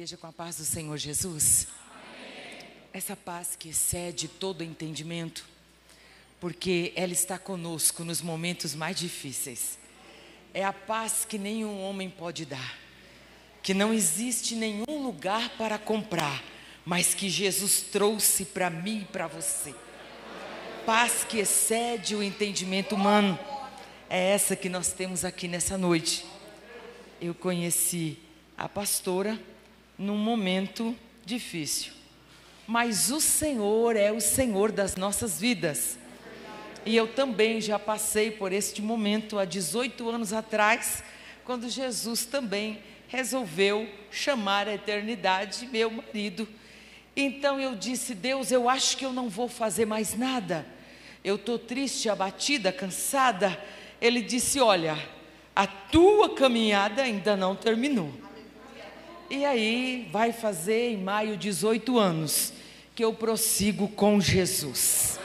igreja, com a paz do Senhor Jesus. Amém. Essa paz que excede todo entendimento, porque ela está conosco nos momentos mais difíceis. É a paz que nenhum homem pode dar, que não existe nenhum lugar para comprar, mas que Jesus trouxe para mim e para você. Paz que excede o entendimento humano. É essa que nós temos aqui nessa noite. Eu conheci a pastora num momento difícil, mas o Senhor é o Senhor das nossas vidas. E eu também já passei por este momento há 18 anos atrás, quando Jesus também resolveu chamar a eternidade meu marido. Então eu disse: Deus, eu acho que eu não vou fazer mais nada. Eu estou triste, abatida, cansada. Ele disse: olha, a tua caminhada ainda não terminou. E aí vai fazer em maio 18 anos que eu prossigo com Jesus.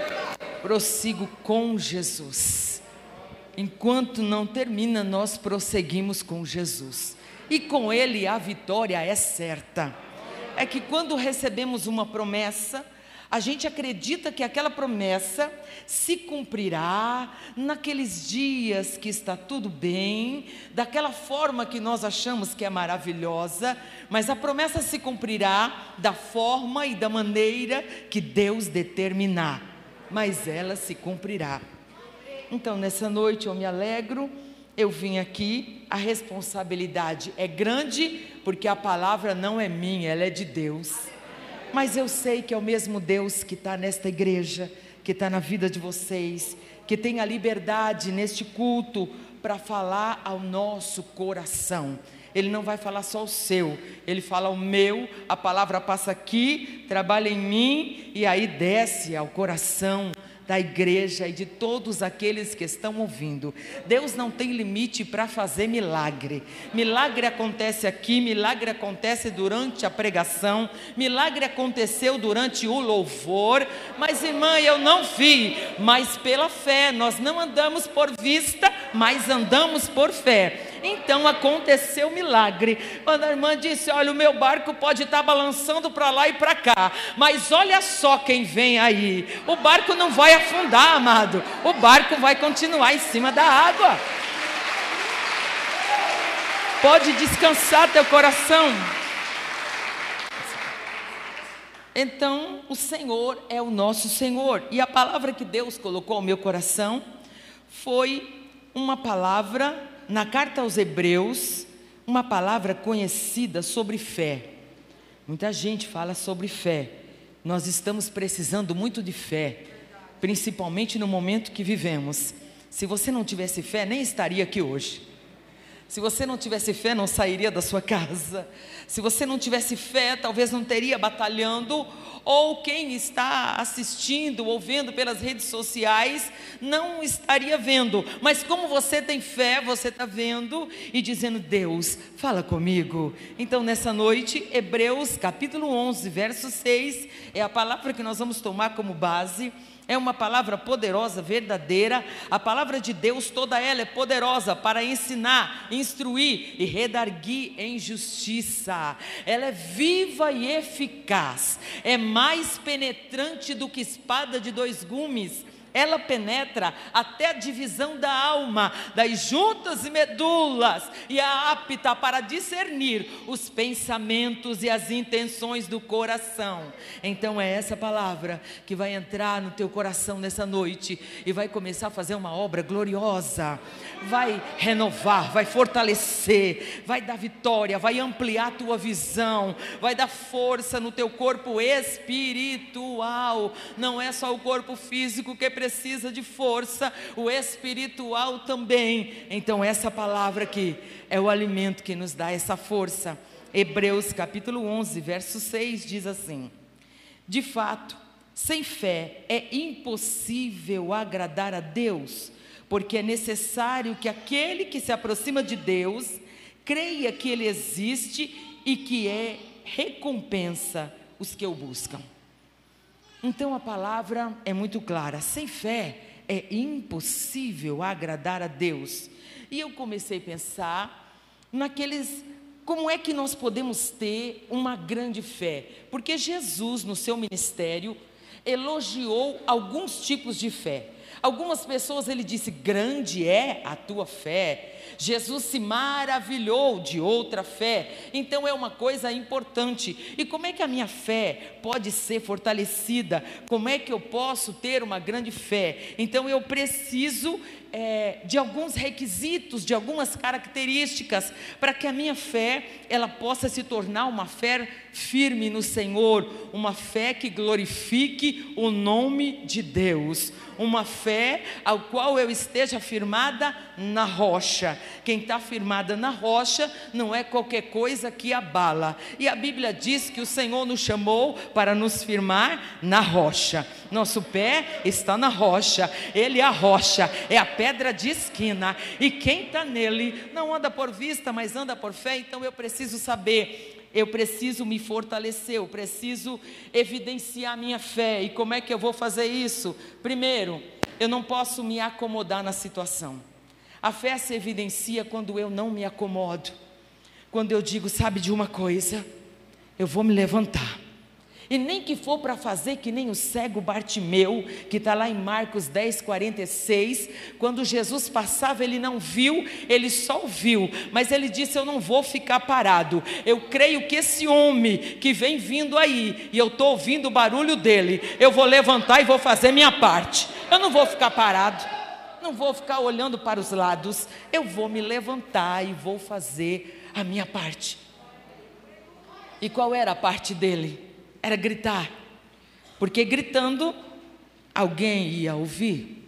Prossigo com Jesus. Enquanto não termina, nós prosseguimos com Jesus. E com Ele a vitória é certa. É que quando recebemos uma promessa, a gente acredita que aquela promessa se cumprirá naqueles dias que está tudo bem, daquela forma que nós achamos que é maravilhosa, mas a promessa se cumprirá da forma e da maneira que Deus determinar, mas ela se cumprirá. Então nessa noite eu me alegro, eu vim aqui, a responsabilidade é grande, porque a palavra não é minha, ela é de Deus. Mas eu sei que é o mesmo Deus que está nesta igreja, que está na vida de vocês, que tem a liberdade neste culto para falar ao nosso coração. Ele não vai falar só o seu, Ele fala o meu, a palavra passa aqui, trabalha em mim e aí desce ao coração da igreja e de todos aqueles que estão ouvindo. Deus não tem limite para fazer milagre. Milagre acontece aqui, milagre acontece durante a pregação, milagre aconteceu durante o louvor. Mas irmã, eu não vi, mas pela fé. Nós não andamos por vista, mas andamos por fé. Então aconteceu milagre, quando a irmã disse: olha, o meu barco pode estar balançando para lá e para cá, mas olha só quem vem aí. O barco não vai afundar, amado, o barco vai continuar em cima da água. Pode descansar teu coração. Então o Senhor é o nosso Senhor, e a palavra que Deus colocou ao meu coração foi uma palavra na carta aos Hebreus, uma palavra conhecida sobre fé. Muita gente fala sobre fé. Nós estamos precisando muito de fé, principalmente no momento que vivemos. Se você não tivesse fé, nem estaria aqui hoje. Se você não tivesse fé, não sairia da sua casa. Se você não tivesse fé, talvez não teria batalhando. Ou quem está assistindo ou vendo pelas redes sociais não estaria vendo. Mas como você tem fé, você está vendo e dizendo: Deus, fala comigo. Então nessa noite, Hebreus capítulo 11, verso 6, é a palavra que nós vamos tomar como base. É uma palavra poderosa, verdadeira. A palavra de Deus, toda ela é poderosa para ensinar, instruir e redarguir em justiça. Ela é viva e eficaz, é mais penetrante do que espada de dois gumes. Ela penetra até a divisão da alma, das juntas e medulas, e é apta para discernir os pensamentos e as intenções do coração. Então é essa palavra que vai entrar no teu coração nessa noite e vai começar a fazer uma obra gloriosa. Vai renovar, vai fortalecer, vai dar vitória, vai ampliar a tua visão, vai dar força no teu corpo espiritual. Não é só o corpo físico que precisa de força, o espiritual também. Então essa palavra aqui é o alimento que nos dá essa força. Hebreus capítulo 11, verso 6 diz assim: de fato, sem fé é impossível agradar a Deus, porque é necessário que aquele que se aproxima de Deus creia que Ele existe e que recompensa os que o buscam. Então a palavra é muito clara: sem fé é impossível agradar a Deus. E eu comecei a pensar naqueles como é que nós podemos ter uma grande fé? Porque Jesus, no seu ministério, elogiou alguns tipos de fé. Algumas pessoas ele disse: grande é a tua fé. Jesus se maravilhou de outra fé. Então é uma coisa importante. E como é que a minha fé pode ser fortalecida? Como é que eu posso ter uma grande fé? Então eu preciso de alguns requisitos, de algumas características, para que a minha fé ela possa se tornar uma fé firme no Senhor, uma fé que glorifique o nome de Deus, uma fé ao qual eu esteja firmada na rocha. Quem está firmada na rocha não é qualquer coisa que abala, e a Bíblia diz que o Senhor nos chamou para nos firmar na rocha. Nosso pé está na rocha, Ele é a rocha, é a pedra de esquina, e quem está nele não anda por vista, mas anda por fé. Então eu preciso saber, eu preciso me fortalecer, eu preciso evidenciar a minha fé. E como é que eu vou fazer isso? Primeiro, eu não posso me acomodar na situação. A fé se evidencia quando eu não me acomodo, quando eu digo: sabe de uma coisa, eu vou me levantar, e nem que for para fazer que nem o cego Bartimeu, que está lá em Marcos 10:46, quando Jesus passava ele não viu, ele só ouviu, mas ele disse: eu não vou ficar parado, eu creio que esse homem que vem vindo aí, e eu estou ouvindo o barulho dele, eu vou levantar e vou fazer minha parte, eu não vou ficar parado, não vou ficar olhando para os lados, eu vou me levantar e vou fazer a minha parte. E qual era a parte dele? Era gritar, porque gritando alguém ia ouvir.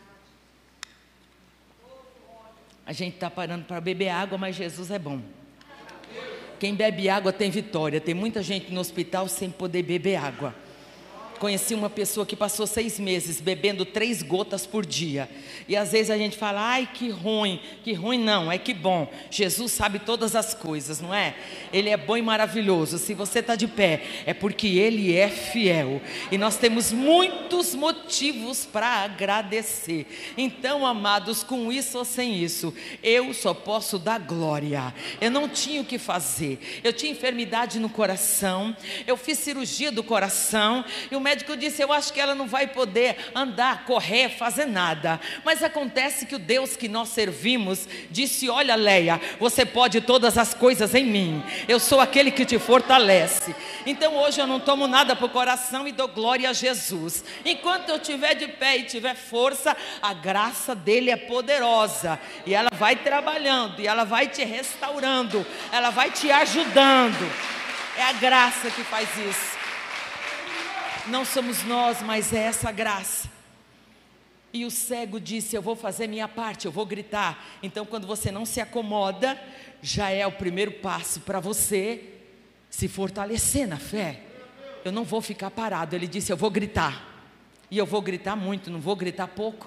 A gente está parando para beber água, mas Jesus é bom. Quem bebe água tem vitória. Tem muita gente no hospital sem poder beber água. Conheci uma pessoa que passou 6 meses bebendo 3 gotas por dia. E às vezes a gente fala: ai, que ruim não, é que bom. Jesus sabe todas as coisas, não é? Ele é bom e maravilhoso. Se você está de pé, é porque Ele é fiel. E nós temos muitos motivos para agradecer. Então, amados, com isso ou sem isso, eu só posso dar glória. Eu não tinha o que fazer. Eu tinha enfermidade no coração. Eu fiz cirurgia do coração. E o médico disse: eu acho que ela não vai poder andar, correr, fazer nada. Mas acontece que o Deus que nós servimos disse: olha, Leia, você pode todas as coisas em mim, eu sou aquele que te fortalece. Então hoje eu não tomo nada para o coração e dou glória a Jesus. Enquanto eu estiver de pé e tiver força, a graça dele é poderosa, e ela vai trabalhando, e ela vai te restaurando, ela vai te ajudando. É a graça que faz isso. Não somos nós, mas é essa graça. E o cego disse: eu vou fazer minha parte, eu vou gritar. Então, quando você não se acomoda, já é o primeiro passo para você se fortalecer na fé. Eu não vou ficar parado. Ele disse: eu vou gritar. E eu vou gritar muito, não vou gritar pouco.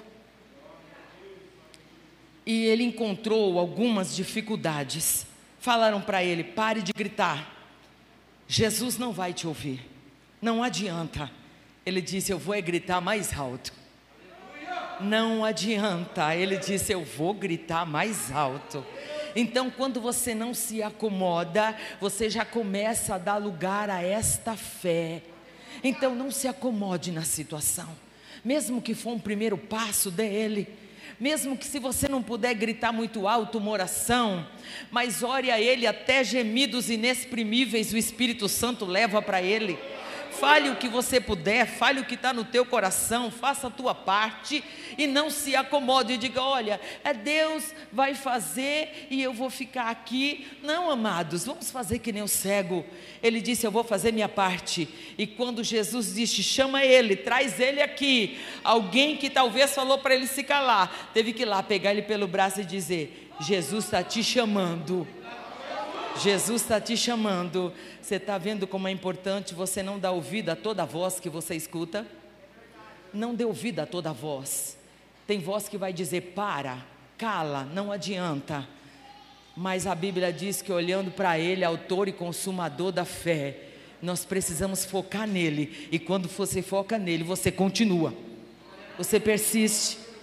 E ele encontrou algumas dificuldades. Falaram para ele: pare de gritar, Jesus não vai te ouvir. Não adianta. Ele disse: eu vou gritar mais alto. Não adianta. Ele disse: eu vou gritar mais alto. Então, quando você não se acomoda, você já começa a dar lugar a esta fé. Então, não se acomode na situação. Mesmo que for um primeiro passo dele. Mesmo que se você não puder gritar muito alto uma oração, mas ore a Ele até gemidos inexprimíveis, o Espírito Santo leva para Ele. Fale o que você puder, fale o que está no teu coração, faça a tua parte e não se acomode e diga: olha, Deus vai fazer e eu vou ficar aqui. Não, amados, vamos fazer que nem o cego. Ele disse: eu vou fazer minha parte. E quando Jesus disse: chama ele, traz ele aqui, alguém que talvez falou para ele se calar, teve que ir lá pegar ele pelo braço e dizer: Jesus está te chamando. Jesus está te chamando. Você está vendo como é importante você não dar ouvido a toda voz que você escuta? Não dê ouvido a toda voz. Tem voz que vai dizer: para, cala, não adianta. Mas a Bíblia diz que olhando para Ele, autor e consumador da fé, nós precisamos focar nele. E quando você foca nele, você continua, você persiste.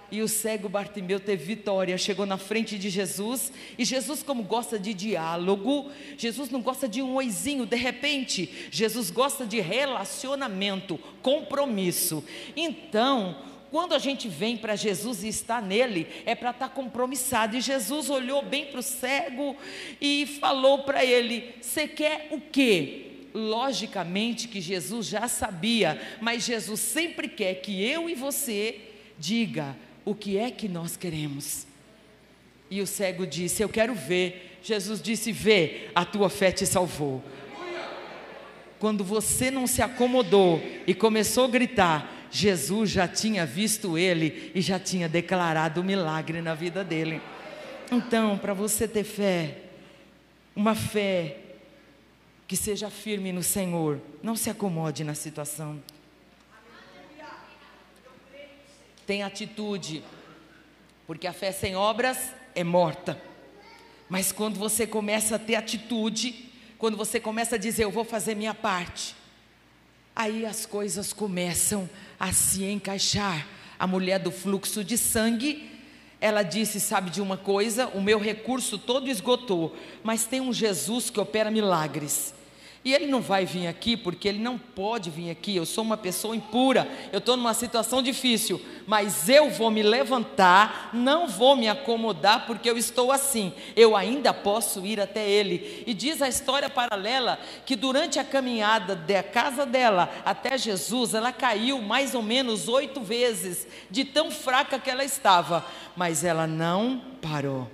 E o cego Bartimeu teve vitória, chegou na frente de Jesus. E Jesus, como gosta de diálogo, Jesus não gosta de um oizinho, de repente. Jesus gosta de relacionamento, compromisso. Então, quando a gente vem para Jesus e está nele, é para estar compromissado. E Jesus olhou bem para o cego e falou para ele: você quer o quê? Logicamente que Jesus já sabia, mas Jesus sempre quer que eu e você diga o que é que nós queremos. E o cego disse: eu quero ver. Jesus disse: vê, a tua fé te salvou. Quando você não se acomodou e começou a gritar, Jesus já tinha visto ele e já tinha declarado o milagre na vida dele. Então, para você ter fé, uma fé que seja firme no Senhor, não se acomode na situação. Tem atitude, porque a fé sem obras é morta. Mas quando você começa a ter atitude, quando você começa a dizer: eu vou fazer minha parte, aí as coisas começam a se encaixar. A mulher do fluxo de sangue, ela disse: sabe de uma coisa, o meu recurso todo esgotou, mas tem um Jesus que opera milagres. E ele não vai vir aqui, porque ele não pode vir aqui. Eu sou uma pessoa impura, eu estou numa situação difícil, mas eu vou me levantar, não vou me acomodar, porque eu estou assim, eu ainda posso ir até ele. E diz a história paralela, que durante a caminhada da casa dela até Jesus, ela caiu mais ou menos 8 vezes, de tão fraca que ela estava, mas ela não parou.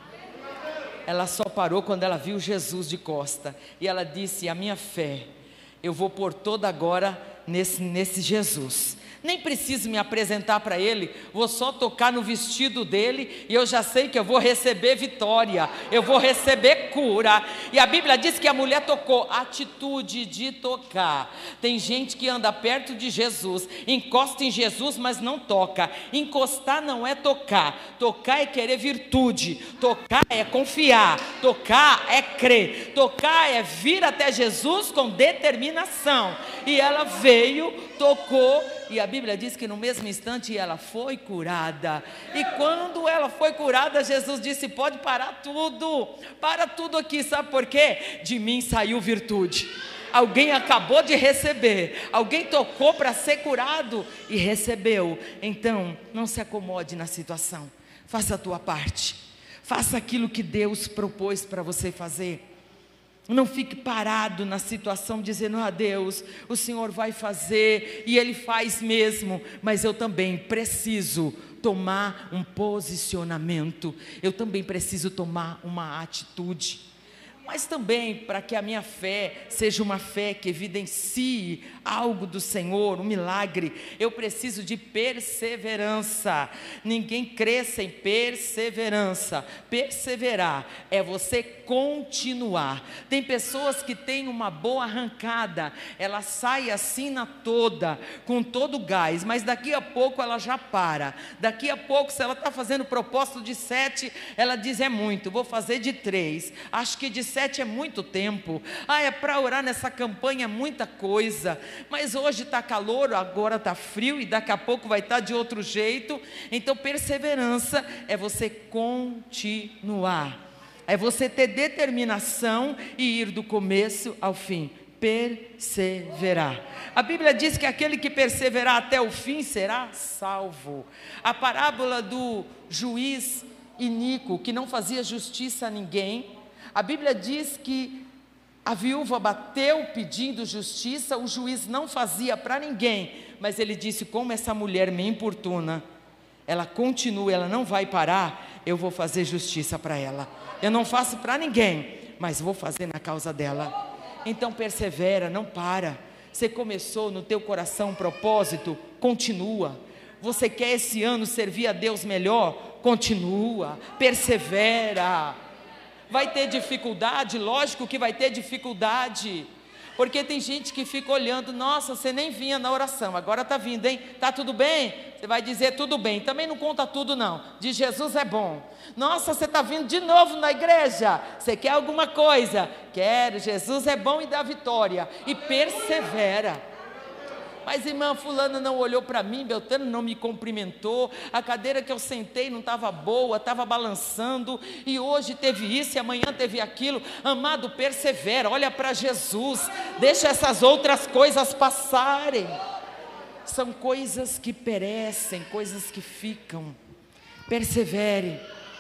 Ela só parou quando ela viu Jesus de costa. E ela disse: a minha fé, eu vou pôr toda agora nesse Jesus. Nem preciso me apresentar para ele, vou só tocar no vestido dele e eu já sei que eu vou receber vitória, eu vou receber cura. E a Bíblia diz que a mulher tocou, atitude de tocar. Tem gente que anda perto de Jesus, encosta em Jesus, mas não toca. Encostar não é tocar, tocar é querer virtude, tocar é confiar, tocar é crer, tocar é vir até Jesus com determinação. E ela veio, tocou, e a Bíblia diz que no mesmo instante ela foi curada. E quando ela foi curada, Jesus disse: pode parar tudo, para tudo aqui. Sabe por quê? De mim saiu virtude. Alguém acabou de receber, alguém tocou para ser curado e recebeu. Então, não se acomode na situação, faça a tua parte, faça aquilo que Deus propôs para você fazer. Não fique parado na situação dizendo: ah, Deus, o Senhor vai fazer, e Ele faz mesmo, mas eu também preciso tomar um posicionamento, eu também preciso tomar uma atitude. Mas também, para que a minha fé seja uma fé que evidencie algo do Senhor, um milagre, eu preciso de perseverança. Ninguém cresce em perseverança. Perseverar é você continuar. Tem pessoas que têm uma boa arrancada, ela sai assim na toda, com todo o gás, mas daqui a pouco ela já para. Daqui a pouco, se ela está fazendo propósito de 7, ela diz: é muito, vou fazer de 3. Acho que de 7 é muito tempo. Ah, é para orar nessa campanha, é muita coisa. Mas hoje está calor, agora está frio e daqui a pouco vai estar de outro jeito. Então, perseverança é você continuar, é você ter determinação e ir do começo ao fim. Perseverar. A Bíblia diz que aquele que perseverar até o fim será salvo. A parábola do juiz iníquo, que não fazia justiça a ninguém, a Bíblia diz que a viúva bateu pedindo justiça, o juiz não fazia para ninguém, mas ele disse: como essa mulher me importuna, ela continua, ela não vai parar, eu vou fazer justiça para ela. Eu não faço para ninguém, mas vou fazer na causa dela. Então persevera, não para. Você começou no teu coração um propósito, continua. Você quer esse ano servir a Deus melhor? Continua, persevera. Vai ter dificuldade? Lógico que vai ter dificuldade, porque tem gente que fica olhando: nossa, você nem vinha na oração, agora está vindo, hein? Está tudo bem? Você vai dizer: tudo bem. Também não conta tudo não, de Jesus é bom. Nossa, você está vindo de novo na igreja, você quer alguma coisa? Quero, Jesus é bom e dá vitória. E persevera. Mas irmã, fulana não olhou para mim, Beltrano não me cumprimentou, a cadeira que eu sentei não estava boa, estava balançando, e hoje teve isso e amanhã teve aquilo. Amado, persevera, olha para Jesus, deixa essas outras coisas passarem. São coisas que perecem, coisas que ficam. Persevere.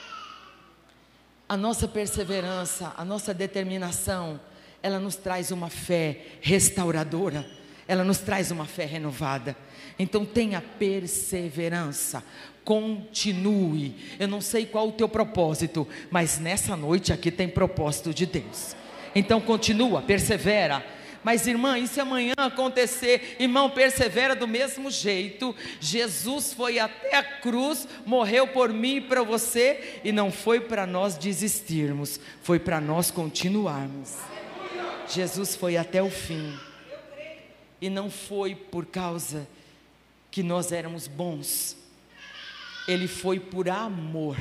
A nossa perseverança, a nossa determinação, ela nos traz uma fé restauradora, ela nos traz uma fé renovada. Então tenha perseverança, continue. Eu não sei qual o teu propósito, mas nessa noite aqui tem propósito de Deus. Então continua, persevera. Mas irmã, e se amanhã acontecer? Irmão, persevera do mesmo jeito. Jesus foi até a cruz, morreu por mim e para você, e não foi para nós desistirmos, foi para nós continuarmos. Jesus foi até o fim, e não foi por causa que nós éramos bons, Ele foi por amor,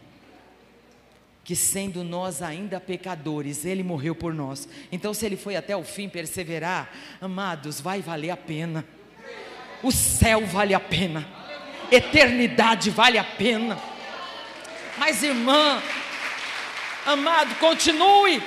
que sendo nós ainda pecadores, Ele morreu por nós. Então se Ele foi até o fim perseverar, amados, vai valer a pena. O céu vale a pena, eternidade vale a pena. Mas irmã, amado, continue.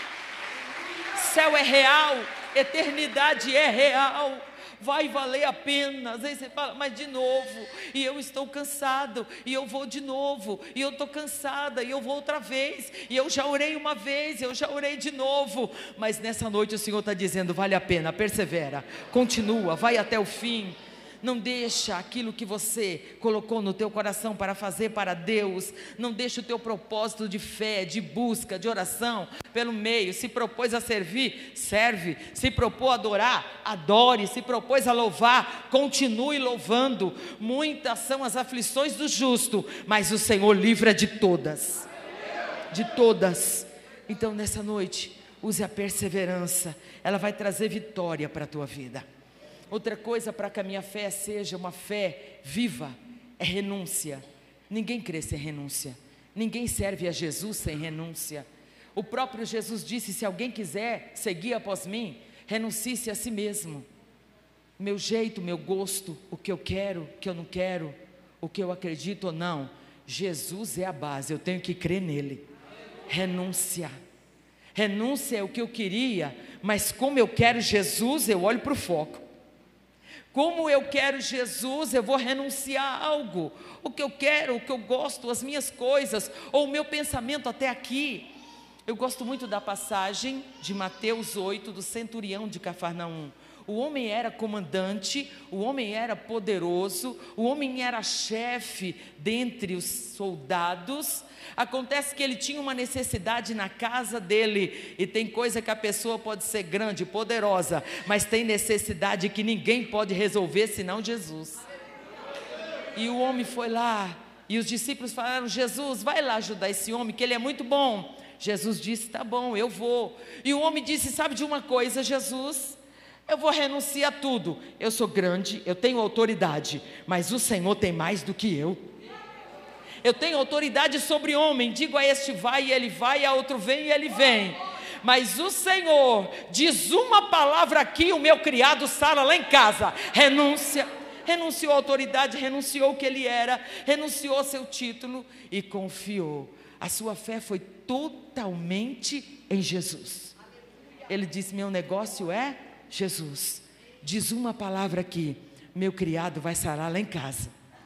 Céu é real, eternidade é real, vai valer a pena. Às vezes você fala, mas de novo, e eu estou cansado, e eu vou de novo, e eu estou cansada, e eu vou outra vez, e eu já orei uma vez, eu já orei de novo. Mas nessa noite o Senhor está dizendo, vale a pena, persevera, continua, vai até o fim. Não deixa aquilo que você colocou no teu coração para fazer para Deus, não deixa o teu propósito de fé, de busca, de oração pelo meio. Se propôs a servir, serve. Se propôs a adorar, adore. Se propôs a louvar, continue louvando. Muitas são as aflições do justo, mas o Senhor livra de todas, de todas. Então nessa noite, use a perseverança, ela vai trazer vitória para a tua vida. Outra coisa para que a minha fé seja uma fé viva, é renúncia. Ninguém crê sem renúncia, ninguém serve a Jesus sem renúncia. O próprio Jesus disse, se alguém quiser seguir após mim, renuncie-se a si mesmo. Meu jeito, meu gosto, o que eu quero, o que eu não quero, o que eu acredito ou não, Jesus é a base, eu tenho que crer nele. Renúncia. Renúncia é o que eu queria, mas como eu quero Jesus, eu olho para o foco. Como eu quero Jesus, eu vou renunciar a algo. O que eu quero, o que eu gosto, as minhas coisas, ou o meu pensamento até aqui. Eu gosto muito da passagem de Mateus 8, do centurião de Cafarnaum. O homem era comandante, o homem era poderoso, o homem era chefe dentre os soldados. Acontece que ele tinha uma necessidade na casa dele, e tem coisa que a pessoa pode ser grande, poderosa, mas tem necessidade que ninguém pode resolver senão Jesus. E o homem foi lá, e os discípulos falaram, Jesus, vai lá ajudar esse homem, que ele é muito bom. Jesus disse, tá bom, eu vou. E o homem disse, sabe de uma coisa, Jesus? Eu vou renunciar a tudo. Eu sou grande, eu tenho autoridade, mas o Senhor tem mais do que eu. Eu tenho autoridade sobre homem, digo a este vai e ele vai, a outro vem e ele vem. Mas o Senhor diz uma palavra aqui, o meu criado Sara lá em casa, renúncia. Renunciou à autoridade, renunciou o que ele era, renunciou ao seu título e confiou. A sua fé foi totalmente em Jesus. Ele disse, meu negócio é Jesus. Diz uma palavra aqui, meu criado vai sarar lá em casa.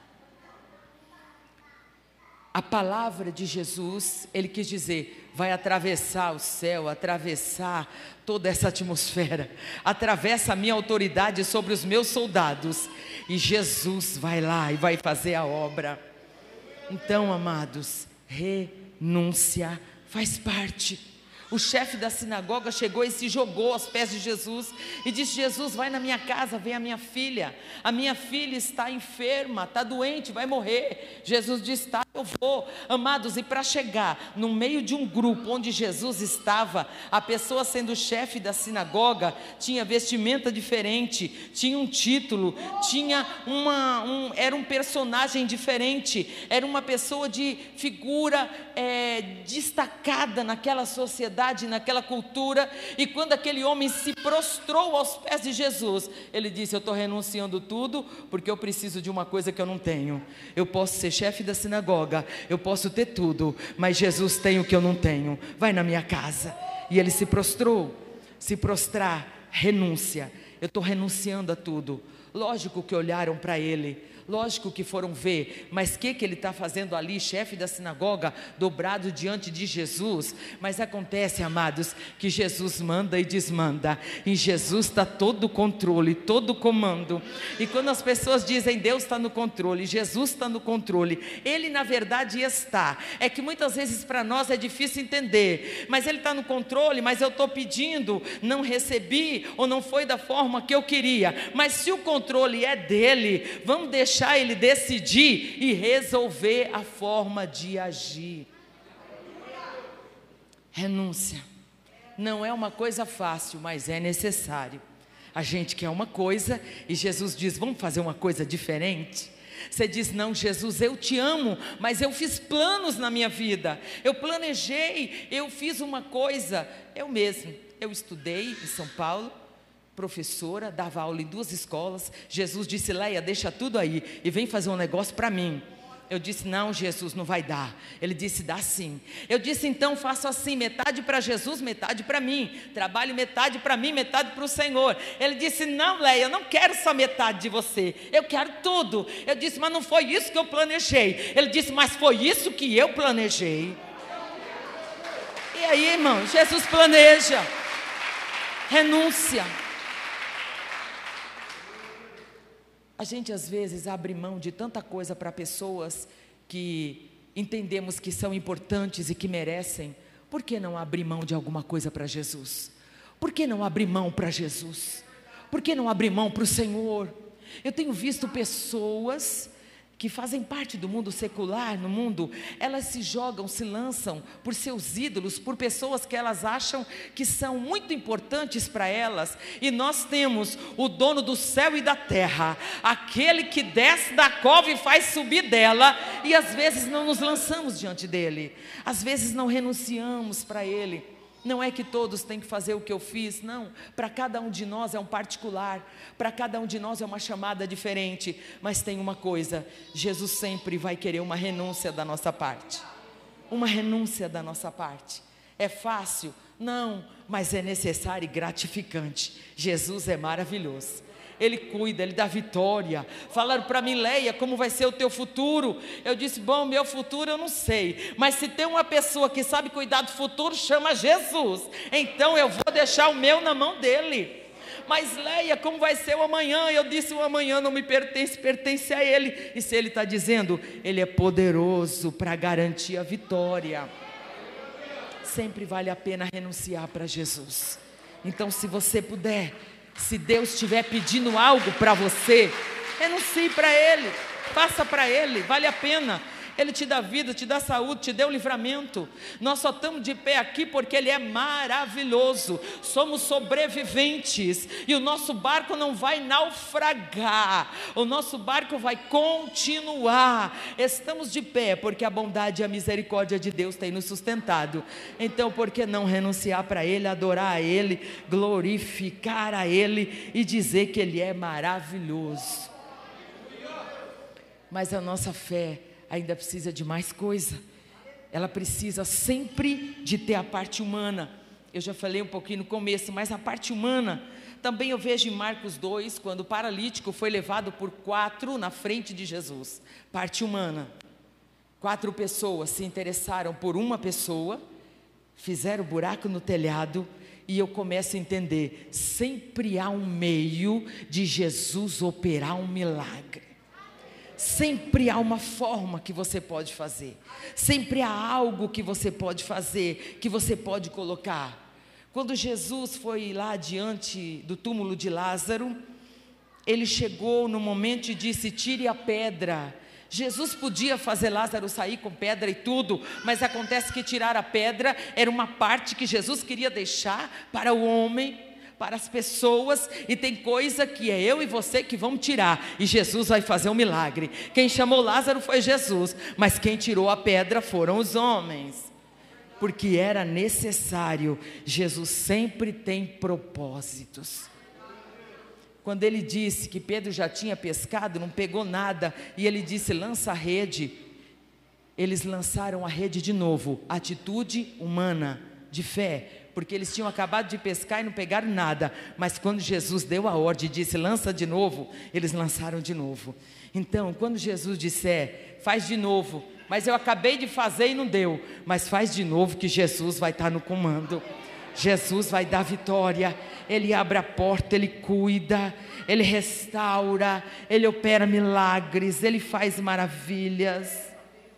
A palavra de Jesus, ele quis dizer, vai atravessar o céu, atravessar toda essa atmosfera, atravessa a minha autoridade sobre os meus soldados, e Jesus vai lá e vai fazer a obra. Então, amados, renúncia faz parte. O chefe da sinagoga chegou e se jogou aos pés de Jesus e disse, Jesus, vai na minha casa, vem a minha filha está enferma, está doente, vai morrer. Jesus disse, tá, Eu vou, amados, e para chegar no meio de um grupo onde Jesus estava, a pessoa sendo chefe da sinagoga, tinha vestimenta diferente, tinha um título, tinha era um personagem diferente, era uma pessoa de figura destacada naquela sociedade, naquela cultura, e quando aquele homem se prostrou aos pés de Jesus, ele disse: eu estou renunciando tudo, porque eu preciso de uma coisa que eu não tenho. Eu posso ser chefe da sinagoga, eu posso ter tudo, mas Jesus tem o que eu não tenho. Vai na minha casa. E ele se prostrou. Se prostrar, renúncia. Eu estou renunciando a tudo. Lógico que olharam para ele, lógico que foram ver, mas o que ele está fazendo ali, chefe da sinagoga, dobrado diante de Jesus? Mas acontece, amados, que Jesus manda e desmanda. Em Jesus está todo o controle, todo o comando. E quando as pessoas dizem Deus está no controle, Jesus está no controle, Ele na verdade está. É que muitas vezes para nós é difícil entender, mas Ele está no controle, mas eu estou pedindo, não recebi, ou não foi da forma que eu queria. Mas se o controle é dele, vamos deixar ele decidir e resolver a forma de agir. Renúncia não é uma coisa fácil, mas é necessário. A gente quer uma coisa e Jesus diz: vamos fazer uma coisa diferente? Você diz: não, Jesus, eu te amo, mas eu fiz planos na minha vida, eu planejei, eu fiz uma coisa. Eu estudei em São Paulo, professora, dava aula em 2 escolas. Jesus disse: Leia, deixa tudo aí e vem fazer um negócio para mim. Eu disse: não, Jesus, não vai dar. Ele disse: dá sim. Eu disse: então faço assim, metade para Jesus, metade para mim. Trabalho metade para mim, metade para o Senhor. Ele disse: não, Leia, eu não quero só metade de você, eu quero tudo. Eu disse: mas não foi isso que eu planejei. Ele disse: mas foi isso que eu planejei. E aí, irmão, Jesus planeja. Renúncia. A gente às vezes abre mão de tanta coisa para pessoas que entendemos que são importantes e que merecem. Por que não abrir mão de alguma coisa para Jesus? Por que não abrir mão para Jesus? Por que não abrir mão para o Senhor? Eu tenho visto pessoas que fazem parte do mundo secular, no mundo, elas se jogam, se lançam por seus ídolos, por pessoas que elas acham que são muito importantes para elas, e nós temos o dono do céu e da terra, aquele que desce da cova e faz subir dela, e às vezes não nos lançamos diante dele, às vezes não renunciamos para ele. Não é que todos têm que fazer o que eu fiz, não. Para cada um de nós é um particular, para cada um de nós é uma chamada diferente. Mas tem uma coisa: Jesus sempre vai querer uma renúncia da nossa parte. Uma renúncia da nossa parte. É fácil? Não, mas é necessário e gratificante. Jesus é maravilhoso. Ele cuida, Ele dá vitória. Falaram para mim: Leia, como vai ser o teu futuro? Eu disse: bom, meu futuro eu não sei, mas se tem uma pessoa que sabe cuidar do futuro, chama Jesus. Então eu vou deixar o meu na mão dele. Mas Leia, como vai ser o amanhã? Eu disse: o amanhã não me pertence, pertence a Ele. E se Ele está dizendo, Ele é poderoso para garantir a vitória. Sempre vale a pena renunciar para Jesus. Então, se você puder, se Deus estiver pedindo algo para você, renuncie para Ele, faça para Ele, vale a pena. Ele te dá vida, te dá saúde, te deu livramento. Nós só estamos de pé aqui porque Ele é maravilhoso. Somos sobreviventes e o nosso barco não vai naufragar, o nosso barco vai continuar. Estamos de pé porque a bondade e a misericórdia de Deus têm nos sustentado. Então, por que não renunciar para Ele, adorar a Ele, glorificar a Ele e dizer que Ele é maravilhoso? Mas a nossa fé ainda precisa de mais coisa. Ela precisa sempre de ter a parte humana. Eu já falei um pouquinho no começo, mas a parte humana também eu vejo em Marcos 2, quando o paralítico foi levado por 4 na frente de Jesus. Parte humana. 4 pessoas se interessaram por uma pessoa, fizeram buraco no telhado, e eu começo a entender: sempre há um meio de Jesus operar um milagre. Sempre há uma forma que você pode fazer, sempre há algo que você pode fazer, que você pode colocar. Quando Jesus foi lá diante do túmulo de Lázaro, Ele chegou no momento e disse: tire a pedra. Jesus podia fazer Lázaro sair com pedra e tudo, mas acontece que tirar a pedra era uma parte que Jesus queria deixar para o homem, para as pessoas, e tem coisa que é eu e você que vamos tirar, e Jesus vai fazer um milagre. Quem chamou Lázaro foi Jesus, mas quem tirou a pedra foram os homens, porque era necessário. Jesus sempre tem propósitos. Quando ele disse que Pedro já tinha pescado, não pegou nada, e ele disse: lança a rede, eles lançaram a rede de novo. Atitude humana, de fé, porque eles tinham acabado de pescar e não pegaram nada, mas quando Jesus deu a ordem e disse: lança de novo, eles lançaram de novo. Então, quando Jesus disser: faz de novo, mas eu acabei de fazer e não deu, mas faz de novo, que Jesus vai estar no comando. Jesus vai dar vitória. Ele abre a porta, Ele cuida, Ele restaura, Ele opera milagres, Ele faz maravilhas.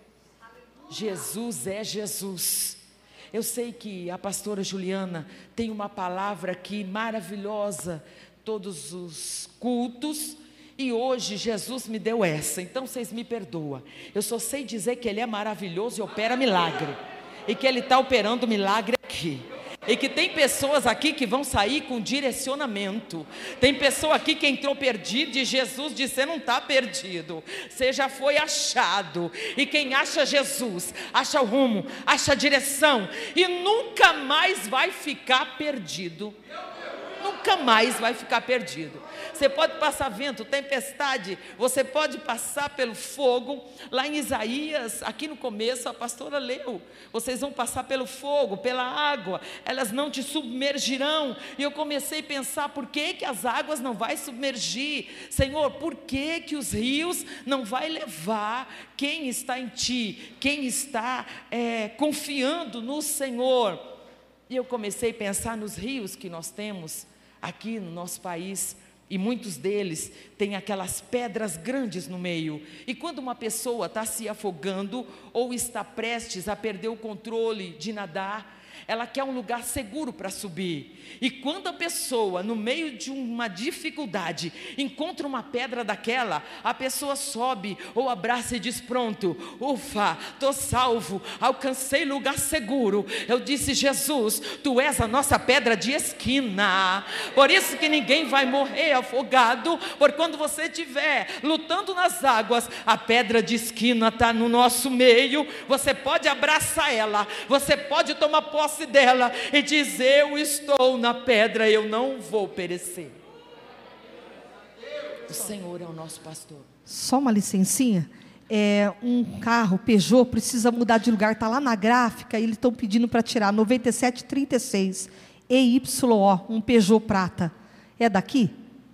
Jesus é Jesus. Eu sei que a pastora Juliana tem uma palavra aqui maravilhosa todos os cultos, e hoje Jesus me deu essa, então vocês me perdoam. Eu só sei dizer que Ele é maravilhoso e opera milagre, e que Ele está operando milagre aqui. E que tem pessoas aqui que vão sair com direcionamento. Tem pessoa aqui que entrou perdido, e Jesus disse: você não está perdido, você já foi achado. E quem acha Jesus, acha o rumo, acha a direção, e nunca mais vai ficar perdido. Nunca mais vai ficar perdido. Você pode passar vento, tempestade, você pode passar pelo fogo. Lá em Isaías, aqui no começo, a pastora leu: vocês vão passar pelo fogo, pela água, elas não te submergirão. E eu comecei a pensar: por que que as águas não vai submergir? Senhor, por que que os rios não vai levar quem está em ti, quem está confiando no Senhor? E eu comecei a pensar nos rios que nós temos aqui no nosso país, e muitos deles têm aquelas pedras grandes no meio, e quando uma pessoa está se afogando, ou está prestes a perder o controle de nadar, ela quer um lugar seguro para subir. E quando a pessoa, no meio de uma dificuldade, encontra uma pedra daquela, a pessoa sobe ou abraça e diz: pronto, ufa, estou salvo, alcancei lugar seguro. Eu disse: Jesus, Tu és a nossa pedra de esquina, por isso que ninguém vai morrer afogado, por quando você estiver lutando nas águas, a pedra de esquina está no nosso meio. Você pode abraçar ela, você pode tomar posse dela e dizer: eu estou na pedra, eu não vou perecer. O Senhor é o nosso pastor. Só uma licencinha. Um carro Peugeot precisa mudar de lugar, está lá na gráfica, e eles estão pedindo para tirar 9736 EYO, um Peugeot prata. É daqui?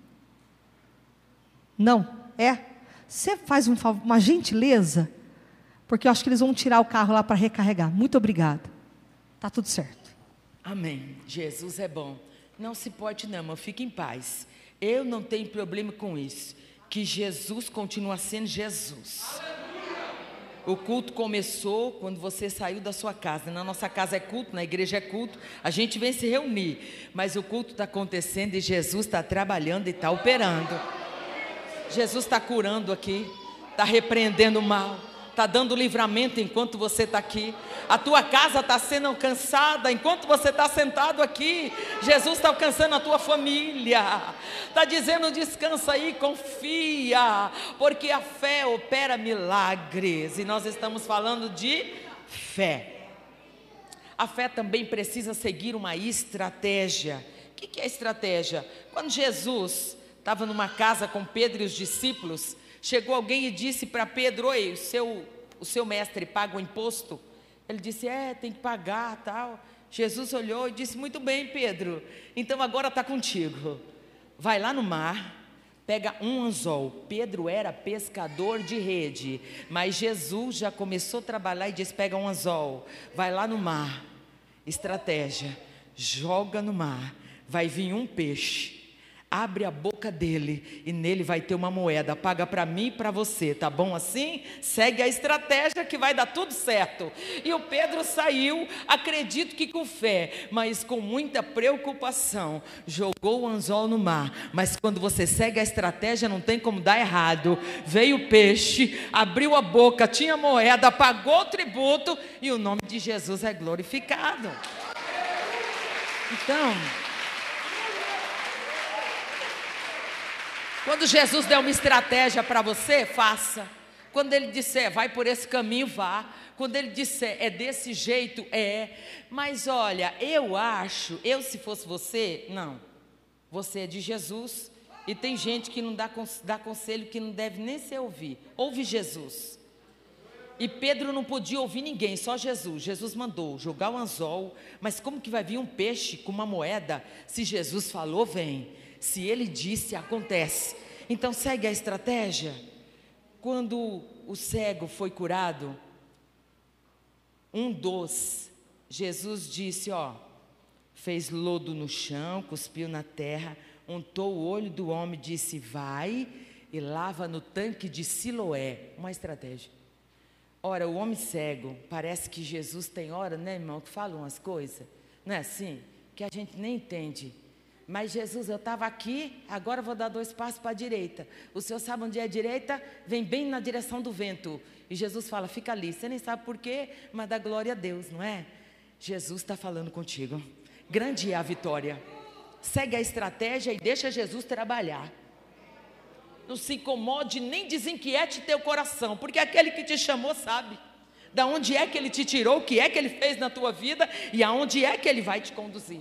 Não? É? Você faz uma gentileza, porque eu acho que eles vão tirar o carro lá para recarregar. Muito obrigada. Está tudo certo. Amém. Jesus é bom. Não se porte não, irmão, fique em paz. Eu não tenho problema com isso. Que Jesus continua sendo Jesus. O culto começou quando você saiu da sua casa. Na nossa casa é culto, na igreja é culto. A gente vem se reunir, mas o culto está acontecendo e Jesus está trabalhando e está operando. Jesus está curando aqui, está repreendendo o mal, está dando livramento enquanto você está aqui. A tua casa está sendo alcançada enquanto você está sentado aqui. Jesus está alcançando a tua família. Está dizendo: descansa aí, confia, porque a fé opera milagres. E nós estamos falando de fé. A fé também precisa seguir uma estratégia. O que é estratégia? Quando Jesus estava numa casa com Pedro e os discípulos, chegou alguém e disse para Pedro: oi, o seu mestre paga o imposto? Ele disse: tem que pagar, tal. Jesus olhou e disse: muito bem, Pedro, então agora está contigo. Vai lá no mar, pega um anzol. Pedro era pescador de rede, mas Jesus já começou a trabalhar e disse: pega um anzol, vai lá no mar. Estratégia: joga no mar, vai vir um peixe. abre a boca dele e nele vai ter uma moeda, paga para mim e para você, tá bom assim? Segue a estratégia que vai dar tudo certo. E o Pedro saiu, acredito que com fé, mas com muita preocupação, jogou o anzol no mar. Mas quando você segue a estratégia, não tem como dar errado. Veio o peixe, abriu a boca, tinha moeda, pagou o tributo e o nome de Jesus é glorificado. Então, quando Jesus der uma estratégia para você, faça. Quando ele disser, vai por esse caminho, vá. Quando ele disser, é desse jeito, é. Mas olha, eu se fosse você, não. Você é de Jesus. E tem gente que não dá conselho que não deve nem se ouvir. Ouve Jesus. E Pedro não podia ouvir ninguém, só Jesus. Jesus mandou jogar o anzol. Mas como que vai vir um peixe com uma moeda? Se Jesus falou, vem. Se ele disse, acontece. Então segue a estratégia. Quando o cego foi curado, Jesus disse, fez lodo no chão, cuspiu na terra, untou o olho do homem, disse, vai e lava no tanque de Siloé. Uma estratégia. Ora, o homem cego, parece que Jesus tem hora, né, irmão, que fala umas coisas, não é assim? Que a gente nem entende. Mas Jesus, eu estava aqui, agora vou dar 2 passos para a direita. O senhor sabe onde é a direita? Vem bem na direção do vento. E Jesus fala, fica ali. Você nem sabe por quê, mas dá glória a Deus, não é? Jesus está falando contigo. Grande é a vitória. Segue a estratégia e deixa Jesus trabalhar. Não se incomode, nem desinquiete teu coração, porque aquele que te chamou sabe da onde é que ele te tirou, o que é que ele fez na tua vida e aonde é que ele vai te conduzir.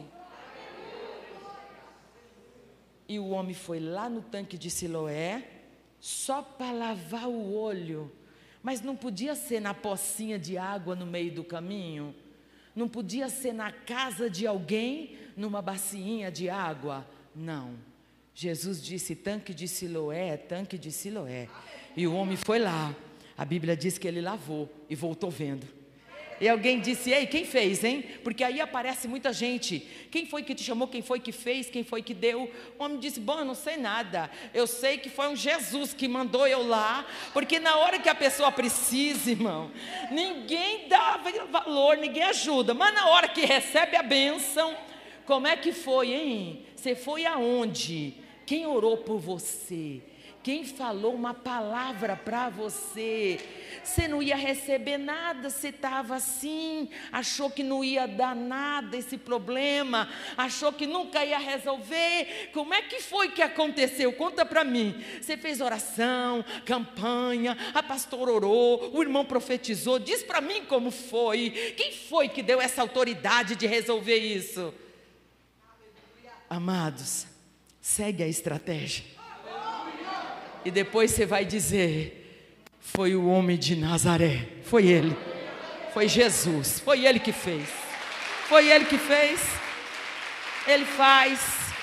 E o homem foi lá no tanque de Siloé, só para lavar o olho, mas não podia ser na pocinha de água no meio do caminho, não podia ser na casa de alguém, numa bacinha de água, não. Jesus disse, tanque de Siloé, tanque de Siloé. E o homem foi lá, a Bíblia diz que ele lavou e voltou vendo. E alguém disse, ei, quem fez, hein? Porque aí aparece muita gente. Quem foi que te chamou? Quem foi que fez? Quem foi que deu? O homem disse, bom, eu não sei nada. Eu sei que foi um Jesus que mandou eu lá. Porque na hora que a pessoa precisa, irmão, ninguém dá valor, ninguém ajuda. Mas na hora que recebe a bênção, como é que foi, hein? Você foi aonde? Quem orou por você? Quem falou uma palavra para você? Você não ia receber nada, você estava assim, achou que não ia dar nada esse problema, achou que nunca ia resolver. Como é que foi que aconteceu? Conta para mim. Você fez oração, campanha, a pastora orou, o irmão profetizou. Diz para mim como foi. Quem foi que deu essa autoridade de resolver isso? Amados, segue a estratégia. E depois você vai dizer, foi o homem de Nazaré, foi ele, foi Jesus, foi ele que fez, foi ele que fez, ele faz.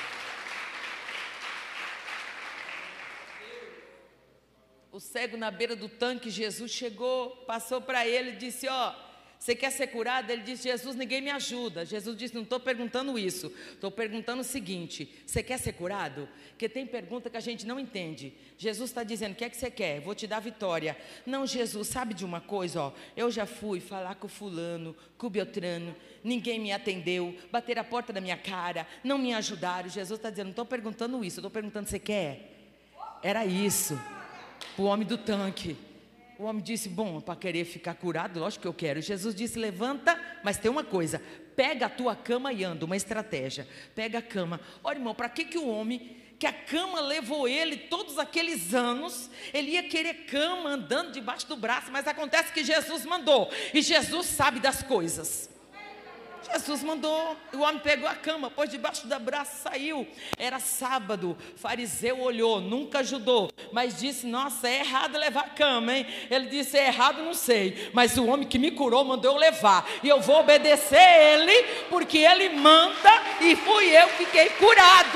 O cego na beira do tanque, Jesus chegou, passou para ele e disse, você quer ser curado? Ele disse, Jesus, ninguém me ajuda. Jesus disse, não estou perguntando isso, estou perguntando o seguinte, você quer ser curado? Porque tem pergunta que a gente não entende. Jesus está dizendo, o que é que você quer? Vou te dar vitória. Não, Jesus, sabe de uma coisa? Eu já fui falar com o fulano, com o Beltrano, ninguém me atendeu, bateram a porta da minha cara, não me ajudaram. Jesus está dizendo, não estou perguntando isso, estou perguntando, você quer? Era isso, o homem do tanque. O homem disse, bom, para querer ficar curado, lógico que eu quero. Jesus disse, levanta, mas tem uma coisa, pega a tua cama e anda, uma estratégia. Pega a cama. Olha, irmão, para que o homem, que a cama levou ele todos aqueles anos, ele ia querer cama andando debaixo do braço, mas acontece que Jesus mandou, e Jesus sabe das coisas. Jesus mandou, o homem pegou a cama, pôs debaixo do braço, saiu. Era sábado, o fariseu olhou, nunca ajudou, mas disse, nossa, é errado levar a cama, hein? Ele disse, é errado, não sei, mas o homem que me curou mandou eu levar, e eu vou obedecer ele, porque ele manda, e fui eu que fiquei curado.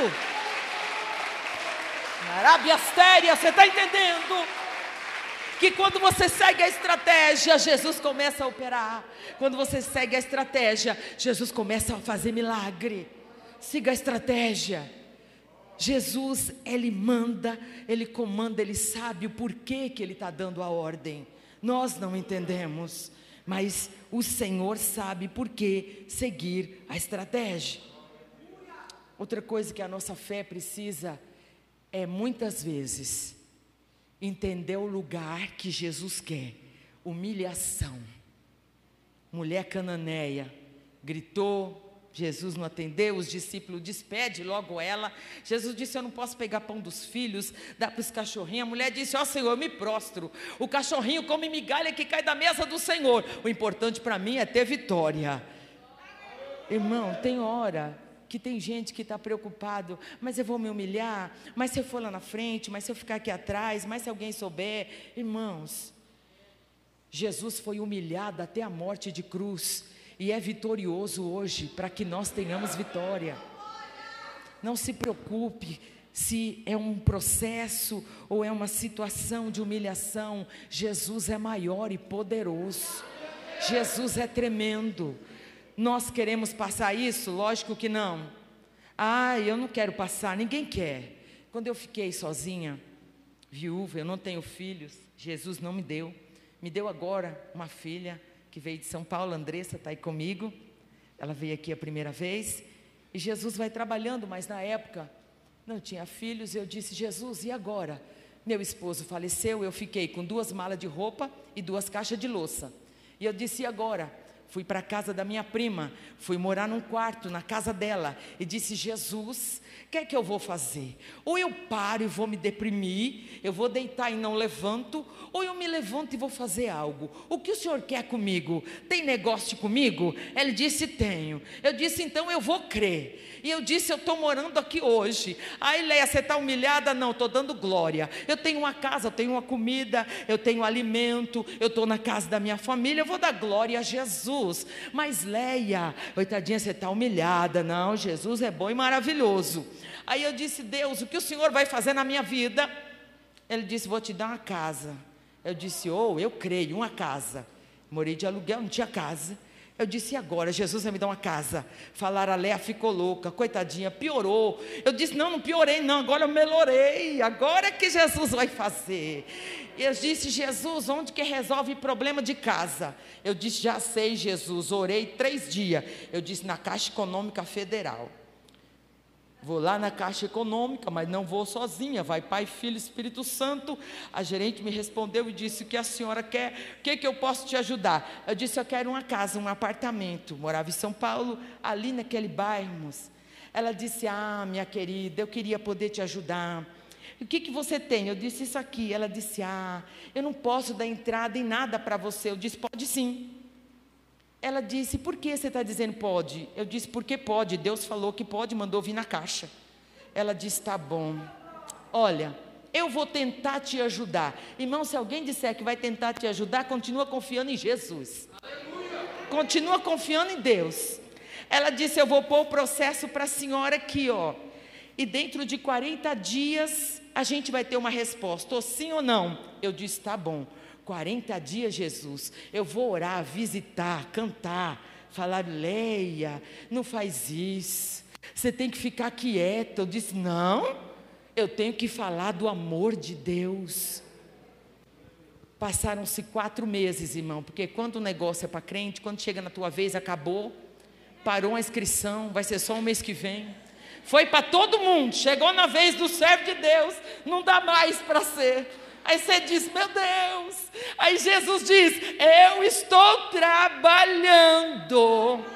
Arábia Astéria, você está entendendo? Que quando você segue a estratégia, Jesus começa a operar. Quando você segue a estratégia, Jesus começa a fazer milagre. Siga a estratégia. Jesus, Ele manda, Ele comanda, Ele sabe o porquê que Ele está dando a ordem. Nós não entendemos, mas o Senhor sabe por que seguir a estratégia. Outra coisa que a nossa fé precisa é, muitas vezes, entender o lugar que Jesus quer. Humilhação. Mulher cananeia gritou, Jesus não atendeu, os discípulos despedem logo ela. Jesus disse: eu não posso pegar pão dos filhos, dar para os cachorrinhos. A mulher disse: ó Senhor, eu me prostro, o cachorrinho come migalha que cai da mesa do Senhor, o importante para mim é ter vitória. Irmão, tem hora que tem gente que está preocupado: mas eu vou me humilhar, mas se eu for lá na frente, mas se eu ficar aqui atrás, mas se alguém souber. Irmãos, Jesus foi humilhado até a morte de cruz, e é vitorioso hoje, para que nós tenhamos vitória. Não se preocupe se é um processo ou é uma situação de humilhação. Jesus é maior e poderoso. Jesus é tremendo. Nós queremos passar isso? Lógico que não. Eu não quero passar, ninguém quer. Quando eu fiquei sozinha, viúva, eu não tenho filhos, Jesus não me deu agora uma filha que veio de São Paulo, Andressa está aí comigo, ela veio aqui a primeira vez, e Jesus vai trabalhando, mas na época não tinha filhos. Eu disse: Jesus, e agora? Meu esposo faleceu, eu fiquei com 2 malas de roupa e 2 caixas de louça, e eu disse: e agora? Fui para a casa da minha prima, fui morar num quarto na casa dela, e disse: Jesus, o que é que eu vou fazer? Ou eu paro e vou me deprimir, eu vou deitar e não levanto, ou eu me levanto e vou fazer algo. O que o Senhor quer comigo? Tem negócio comigo? Ele disse: tenho. Eu disse: então eu vou crer. E eu disse: eu estou morando aqui hoje. Leia, você está humilhada? Não, estou dando glória. Eu tenho uma casa, eu tenho uma comida, eu tenho alimento, eu estou na casa da minha família, eu vou dar glória a Jesus. Mas Leia, coitadinha, você está humilhada. Não, Jesus é bom e maravilhoso. Aí eu disse: Deus, o que o Senhor vai fazer na minha vida? Ele disse: vou te dar uma casa. Eu disse: eu creio, uma casa. Morei de aluguel, não tinha casa. Eu disse: e agora? Jesus vai me dar uma casa. Falaram: a Leia ficou louca, coitadinha, piorou. Eu disse: não piorei não, agora eu melhorei. Agora é que Jesus vai fazer. Eu disse: Jesus, onde que resolve problema de casa? Eu disse: já sei, Jesus. Orei 3 dias. Eu disse: na Caixa Econômica Federal. Vou lá na Caixa Econômica, mas não vou sozinha, vai Pai, Filho, Espírito Santo. A gerente me respondeu e disse: o que a senhora quer? O que eu posso te ajudar? Eu disse: eu quero uma casa, um apartamento. Morava em São Paulo, ali naquele bairro. Ela disse: minha querida, eu queria poder te ajudar. O que você tem? Eu disse: isso aqui. Ela disse: eu não posso dar entrada em nada para você. Eu disse: pode sim. Ela disse: por que você está dizendo pode? Eu disse: porque pode, Deus falou que pode, mandou vir na caixa. Ela disse: tá bom, olha, eu vou tentar te ajudar. Irmão, se alguém disser que vai tentar te ajudar, continua confiando em Jesus. Aleluia. Continua confiando em Deus. Ela disse: eu vou pôr o processo para a senhora aqui, e dentro de 40 dias a gente vai ter uma resposta, ou sim ou não. Eu disse: tá bom. 40 dias, Jesus, eu vou orar, visitar, cantar, falar: Leia, não faz isso, você tem que ficar quieta. Eu disse: não, eu tenho que falar do amor de Deus. Passaram-se 4 meses, irmão, porque quando o negócio é para crente, quando chega na tua vez, acabou, parou a inscrição, vai ser só o mês que vem. Foi para todo mundo, chegou na vez do servo de Deus, não dá mais para ser. Aí você diz: meu Deus. Aí Jesus diz: eu estou trabalhando.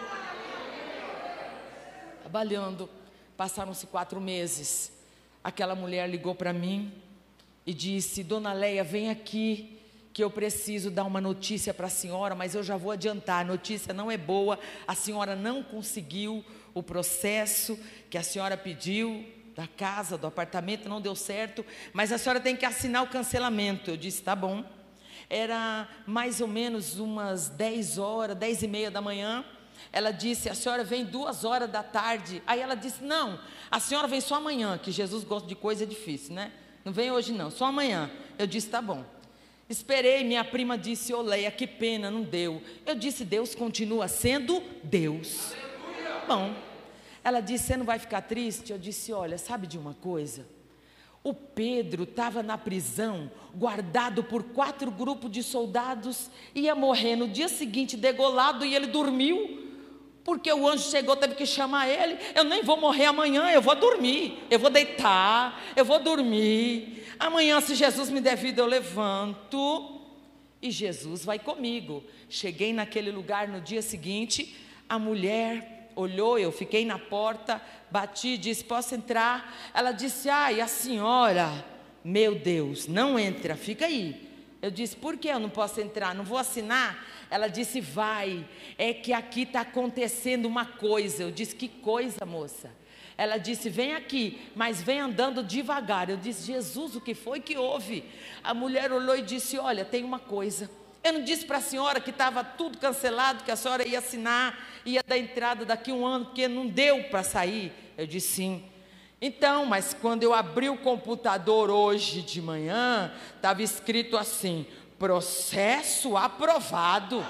Passaram-se 4 meses. Aquela mulher ligou para mim e disse: dona Leia, vem aqui, que eu preciso dar uma notícia para a senhora, mas eu já vou adiantar, a notícia não é boa, a senhora não conseguiu o processo que a senhora pediu, da casa, do apartamento, não deu certo, mas a senhora tem que assinar o cancelamento. Eu disse: tá bom. Era mais ou menos umas 10 horas, 10h30 da manhã. Ela disse: a senhora vem 2 horas da tarde. Aí ela disse: não, a senhora vem só amanhã, que Jesus gosta de coisa difícil, né? Não vem hoje não, só amanhã. Eu disse: tá bom. Esperei, minha prima disse: ô Leia, que pena, não deu. Eu disse: Deus continua sendo Deus. Aleluia. Bom, Ela disse, você não vai ficar triste? Eu disse, olha, sabe de uma coisa? O Pedro estava na prisão, guardado por 4 grupos de soldados, ia morrer no dia seguinte degolado, e ele dormiu, porque o anjo chegou, teve que chamar ele. Eu nem vou morrer amanhã, eu vou dormir, eu vou deitar, eu vou dormir. Amanhã, se Jesus me der vida, eu levanto, e Jesus vai comigo. Cheguei naquele lugar no dia seguinte, a mulher olhou, eu fiquei na porta, bati, disse, posso entrar? Ela disse, ai, a senhora, meu Deus, não entra, fica aí. Eu disse, por que eu não posso entrar? Não vou assinar? Ela disse, vai, é que aqui está acontecendo uma coisa. Eu disse, que coisa, moça? Ela disse, vem aqui, mas vem andando devagar. Eu disse, Jesus, o que foi que houve? A mulher olhou e disse, olha, tem uma coisa. Eu não disse para a senhora que estava tudo cancelado, que a senhora ia assinar, ia dar entrada daqui 1 ano, porque não deu para sair? Eu disse, sim. Então, mas quando eu abri o computador hoje de manhã, estava escrito assim, processo aprovado.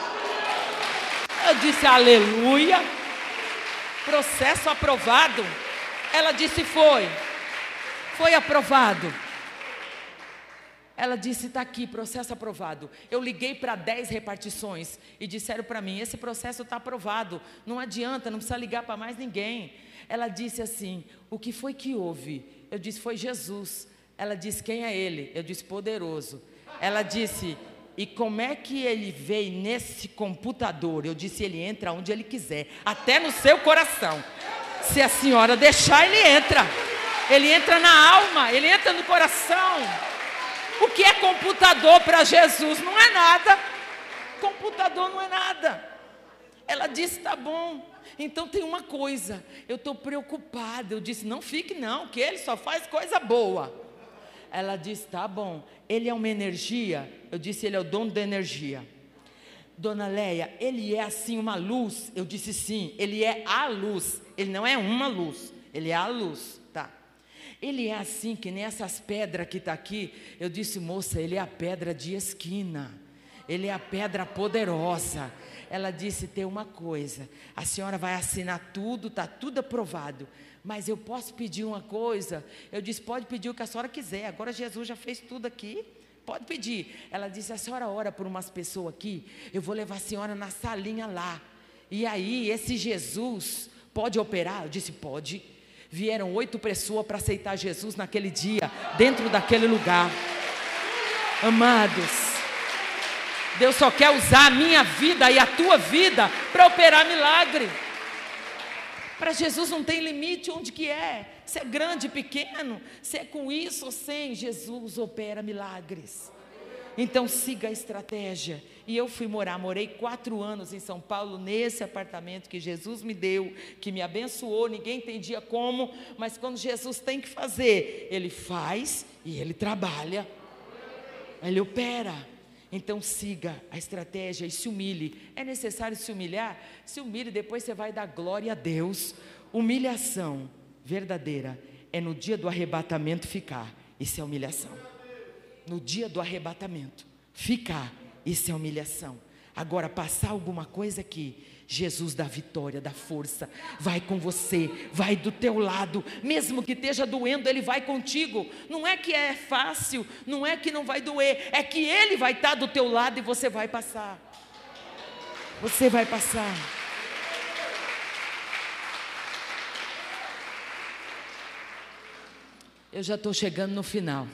Eu disse, aleluia, processo aprovado. Ela disse, foi aprovado. Ela disse, está aqui, processo aprovado. Eu liguei para 10 repartições e disseram para mim, esse processo está aprovado, não adianta, não precisa ligar para mais ninguém. Ela disse assim, o que foi que houve? Eu disse, foi Jesus. Ela disse, quem é ele? Eu disse, poderoso. Ela disse, e como é que ele veio nesse computador? Eu disse, ele entra onde ele quiser, até no seu coração. Se a senhora deixar, ele entra. Ele entra na alma, ele entra no coração. O que é computador para Jesus? Não é nada. Computador não é nada. Ela disse, tá bom. Então tem uma coisa, eu estou preocupada. Eu disse, não fique não, que ele só faz coisa boa. Ela disse, tá bom. Ele é uma energia? Eu disse, ele é o dono da energia. Dona Leia, ele é assim uma luz? Eu disse, sim, ele é a luz. Ele não é uma luz, ele é a luz, tá? Ele é assim que nem essas pedras que está aqui. Eu disse, moça, ele é a pedra de esquina. Ele é a pedra poderosa. Ela disse, tem uma coisa, a senhora vai assinar tudo, está tudo aprovado, mas eu posso pedir uma coisa? Eu disse, pode pedir o que a senhora quiser, agora Jesus já fez tudo aqui, pode pedir. Ela disse, a senhora ora por umas pessoas aqui, eu vou levar a senhora na salinha lá, e aí esse Jesus pode operar? Eu disse, pode. Vieram 8 pessoas para aceitar Jesus naquele dia, dentro daquele lugar. Amados, Deus só quer usar a minha vida e a tua vida para operar milagre. Para Jesus não tem limite onde que é. Se é grande, pequeno, se é com isso ou sem, Jesus opera milagres. Então siga a estratégia. E eu fui morei 4 anos em São Paulo, nesse apartamento que Jesus me deu, que me abençoou, ninguém entendia como, mas quando Jesus tem que fazer, Ele faz e Ele trabalha, Ele opera. Então siga a estratégia e se humilhe. É necessário se humilhar? Se humilhe, depois você vai dar glória a Deus. Humilhação verdadeira é no dia do arrebatamento ficar. Isso é humilhação. No dia do arrebatamento ficar, isso é humilhação. Agora passar alguma coisa aqui, Jesus dá vitória, dá força, vai com você, vai do teu lado, mesmo que esteja doendo, Ele vai contigo. Não é que é fácil, não é que não vai doer, é que Ele vai estar do teu lado e você vai passar. Você vai passar. Eu já estou chegando no final.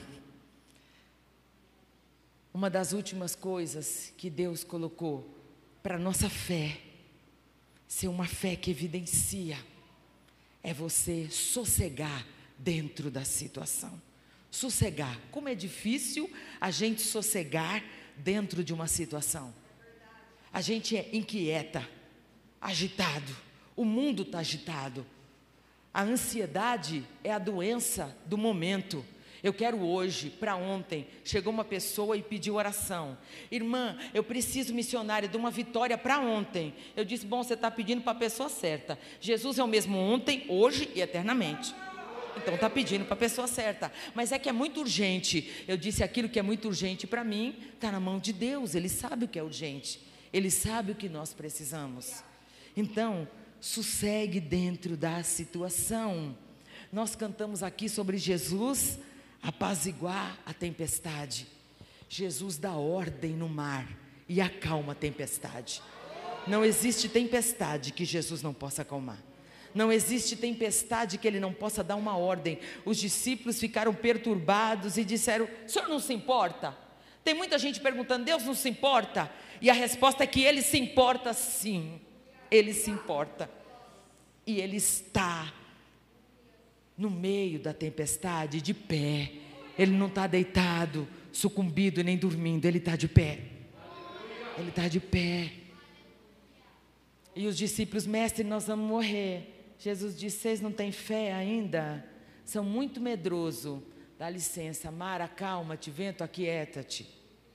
Uma das últimas coisas que Deus colocou para a nossa fé, ser uma fé que evidencia, é você sossegar dentro da situação. Sossegar. Como é difícil a gente sossegar dentro de uma situação. A gente é inquieta, agitado. O mundo está agitado. A ansiedade é a doença do momento. Eu quero hoje, para ontem, chegou uma pessoa e pediu oração. Irmã, eu preciso, missionária, de uma vitória para ontem. Eu disse, bom, você está pedindo para a pessoa certa. Jesus é o mesmo ontem, hoje e eternamente. Então está pedindo para a pessoa certa. Mas é que é muito urgente. Eu disse, aquilo que é muito urgente para mim, está na mão de Deus. Ele sabe o que é urgente. Ele sabe o que nós precisamos. Então, sossegue dentro da situação. Nós cantamos aqui sobre Jesus apaziguar a tempestade. Jesus dá ordem no mar e acalma a tempestade. Não existe tempestade que Jesus não possa acalmar. Não existe tempestade que Ele não possa dar uma ordem. Os discípulos ficaram perturbados e disseram: o Senhor não se importa? Tem muita gente perguntando: Deus não se importa? E a resposta é que Ele se importa sim. Ele se importa. E Ele está no meio da tempestade, de pé. Ele não está deitado, sucumbido, nem dormindo. Ele está de pé. Ele está de pé. E os discípulos: mestre, nós vamos morrer. Jesus disse: vocês não têm fé ainda? São muito medrosos. Dá licença, mar, acalma-te, vento, aquieta-te.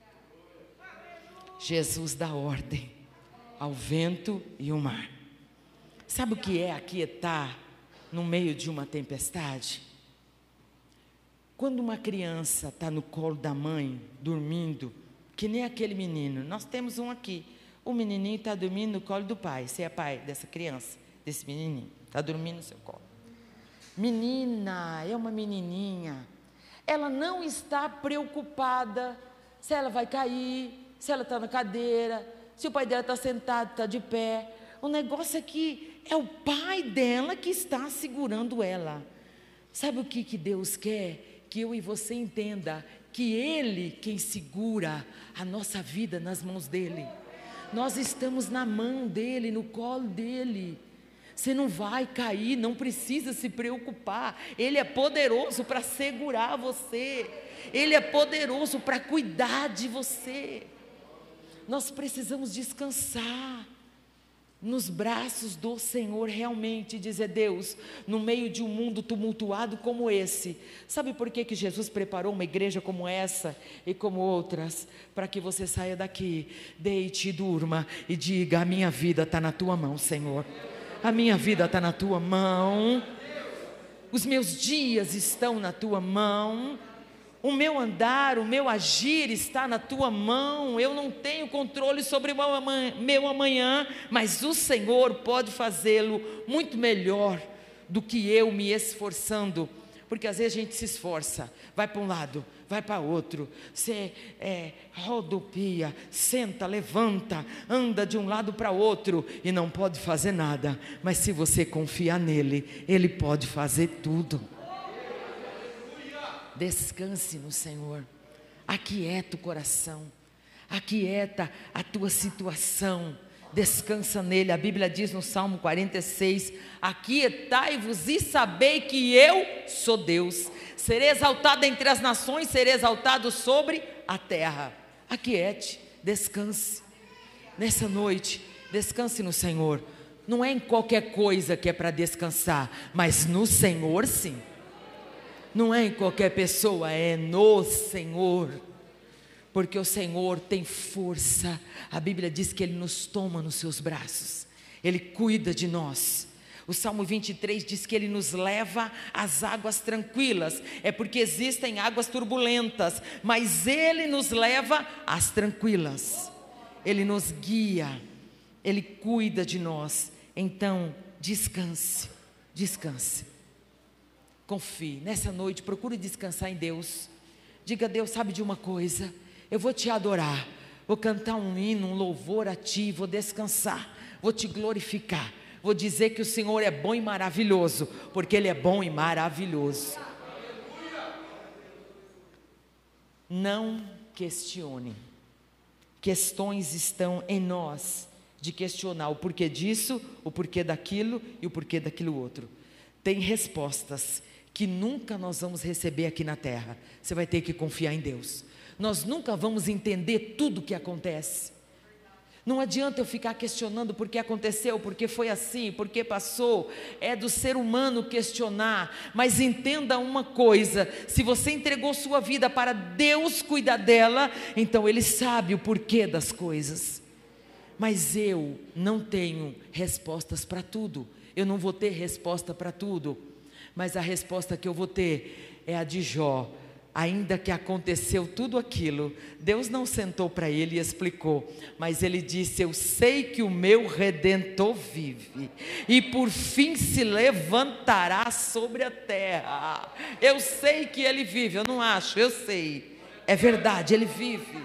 Jesus dá ordem ao vento e ao mar. Sabe o que é aquietar no meio de uma tempestade? Quando uma criança está no colo da mãe, dormindo, que nem aquele menino. Nós temos um aqui. O menininho está dormindo no colo do pai. Você é pai dessa criança, desse menininho. Está dormindo no seu colo. Menina, é uma menininha. Ela não está preocupada se ela vai cair, se ela está na cadeira, se o pai dela está sentado, está de pé. O negócio é que é o pai dela que está segurando ela. Sabe o que Deus quer? Que eu e você entenda que Ele quem segura a nossa vida nas mãos dEle. Nós estamos na mão dEle, no colo dEle. Você não vai cair, não precisa se preocupar. Ele é poderoso para segurar você. Ele é poderoso para cuidar de você. Nós precisamos descansar nos braços do Senhor realmente e dizer: Deus, no meio de um mundo tumultuado como esse, sabe por que Jesus preparou uma igreja como essa e como outras? Para que você saia daqui, deite e durma e diga: a minha vida está na tua mão, Senhor. A minha vida está na tua mão, os meus dias estão na tua mão, o meu andar, o meu agir está na tua mão. Eu não tenho controle sobre o meu amanhã, mas o Senhor pode fazê-lo muito melhor do que eu me esforçando. Porque às vezes a gente se esforça, vai para um lado, vai para outro, você rodopia, senta, levanta, anda de um lado para outro e não pode fazer nada. Mas se você confiar nele, ele pode fazer tudo. Descanse no Senhor, aquieta o coração, aquieta a tua situação, descansa nele. A Bíblia diz no Salmo 46: aquietai-vos e sabei que eu sou Deus, serei exaltado entre as nações, serei exaltado sobre a terra. Aquiete, descanse, nessa noite, descanse no Senhor. Não é em qualquer coisa que é para descansar, mas no Senhor sim. Não é em qualquer pessoa, é no Senhor. Porque o Senhor tem força. A Bíblia diz que Ele nos toma nos seus braços, Ele cuida de nós. O Salmo 23 diz que Ele nos leva às águas tranquilas. É porque existem águas turbulentas, mas Ele nos leva às tranquilas. Ele nos guia, Ele cuida de nós. Então descanse, descanse, confie. Nessa noite procure descansar em Deus. Diga: Deus, sabe de uma coisa? Eu vou te adorar, vou cantar um hino, um louvor a ti, vou descansar, vou te glorificar, vou dizer que o Senhor é bom e maravilhoso, porque Ele é bom e maravilhoso. Não questione. Questões estão em nós, de questionar o porquê disso, o porquê daquilo e o porquê daquilo outro. Tem respostas que nunca nós vamos receber aqui na terra. Você vai ter que confiar em Deus. Nós nunca vamos entender tudo o que acontece. Não adianta eu ficar questionando por que aconteceu, por que foi assim, por que passou. É do ser humano questionar. Mas entenda uma coisa: se você entregou sua vida para Deus cuidar dela, então Ele sabe o porquê das coisas. Mas eu não tenho respostas para tudo. Eu não vou ter resposta para tudo. Mas a resposta que eu vou ter é a de Jó. ainda que aconteceu tudo aquilo, Deus não sentou para ele e explicou, mas ele disse: eu sei que o meu Redentor vive, e por fim se levantará sobre a terra. Eu sei que ele vive, eu não acho, eu sei, é verdade, ele vive.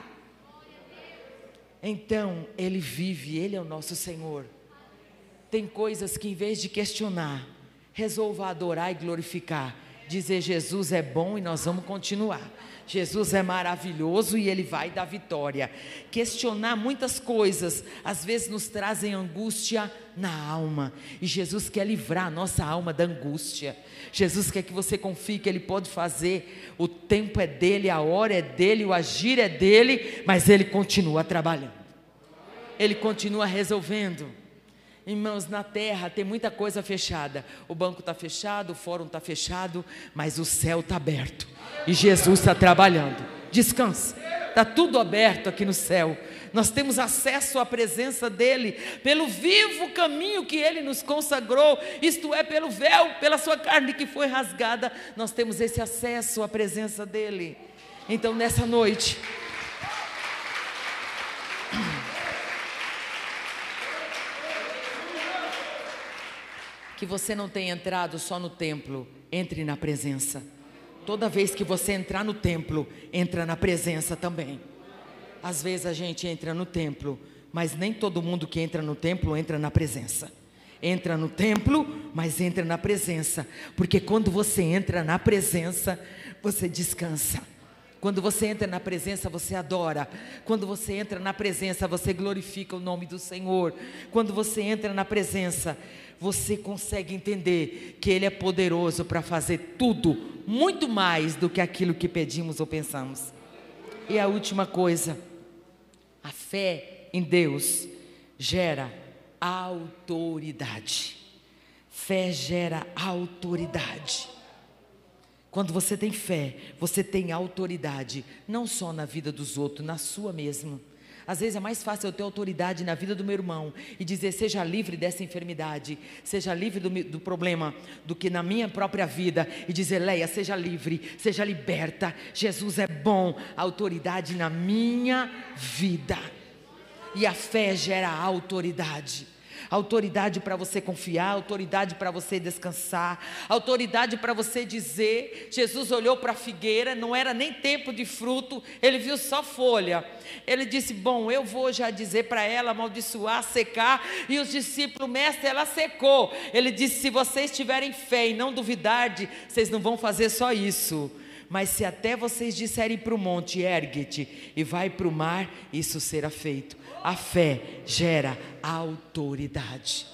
Então, ele vive, ele é o nosso Senhor. Tem coisas que, em vez de questionar, resolva adorar e glorificar, dizer: Jesus é bom e nós vamos continuar, Jesus é maravilhoso e Ele vai dar vitória. Questionar muitas coisas, às vezes nos trazem angústia na alma, e Jesus quer livrar a nossa alma da angústia. Jesus quer que você confie que Ele pode fazer, o tempo é dEle, a hora é dEle, o agir é dEle, mas Ele continua trabalhando, Ele continua resolvendo. Irmãos, na terra tem muita coisa fechada, o banco está fechado, o fórum está fechado, mas o céu está aberto, e Jesus está trabalhando. Descansa, está tudo aberto aqui no céu, nós temos acesso à presença dEle, pelo vivo caminho que Ele nos consagrou, isto é, pelo véu, pela sua carne que foi rasgada, nós temos esse acesso à presença dEle. Então nessa noite, que você não tenha entrado só no templo, entre na presença. Toda vez que você entrar no templo, entra na presença também. Às vezes a gente entra no templo, mas nem todo mundo que entra no templo entra na presença. Entra no templo, mas entra na presença, porque quando você entra na presença, você descansa. Quando você entra na presença, você adora. Quando você entra na presença, você glorifica o nome do Senhor. Quando você entra na presença, você consegue entender que Ele é poderoso para fazer tudo, muito mais do que aquilo que pedimos ou pensamos. E a última coisa, a fé em Deus gera autoridade. Fé gera autoridade. Quando você tem fé, você tem autoridade, não só na vida dos outros, na sua mesma. Às vezes é mais fácil eu ter autoridade na vida do meu irmão e dizer: seja livre dessa enfermidade, seja livre do problema, do que na minha própria vida, e dizer: Leia, seja livre, seja liberta, Jesus é bom. Autoridade na minha vida. E a fé gera autoridade. Autoridade para você confiar, autoridade para você descansar, autoridade para você dizer. Jesus olhou para a figueira, não era nem tempo de fruto, ele viu só folha. Ele disse: bom, eu vou já dizer para ela amaldiçoar, secar. E os discípulos: mestre, ela secou. Ele disse: se vocês tiverem fé e não duvidar, vocês não vão fazer só isso, mas se até vocês disserem para o monte: ergue-te e vai para o mar, isso será feito. A fé gera autoridade,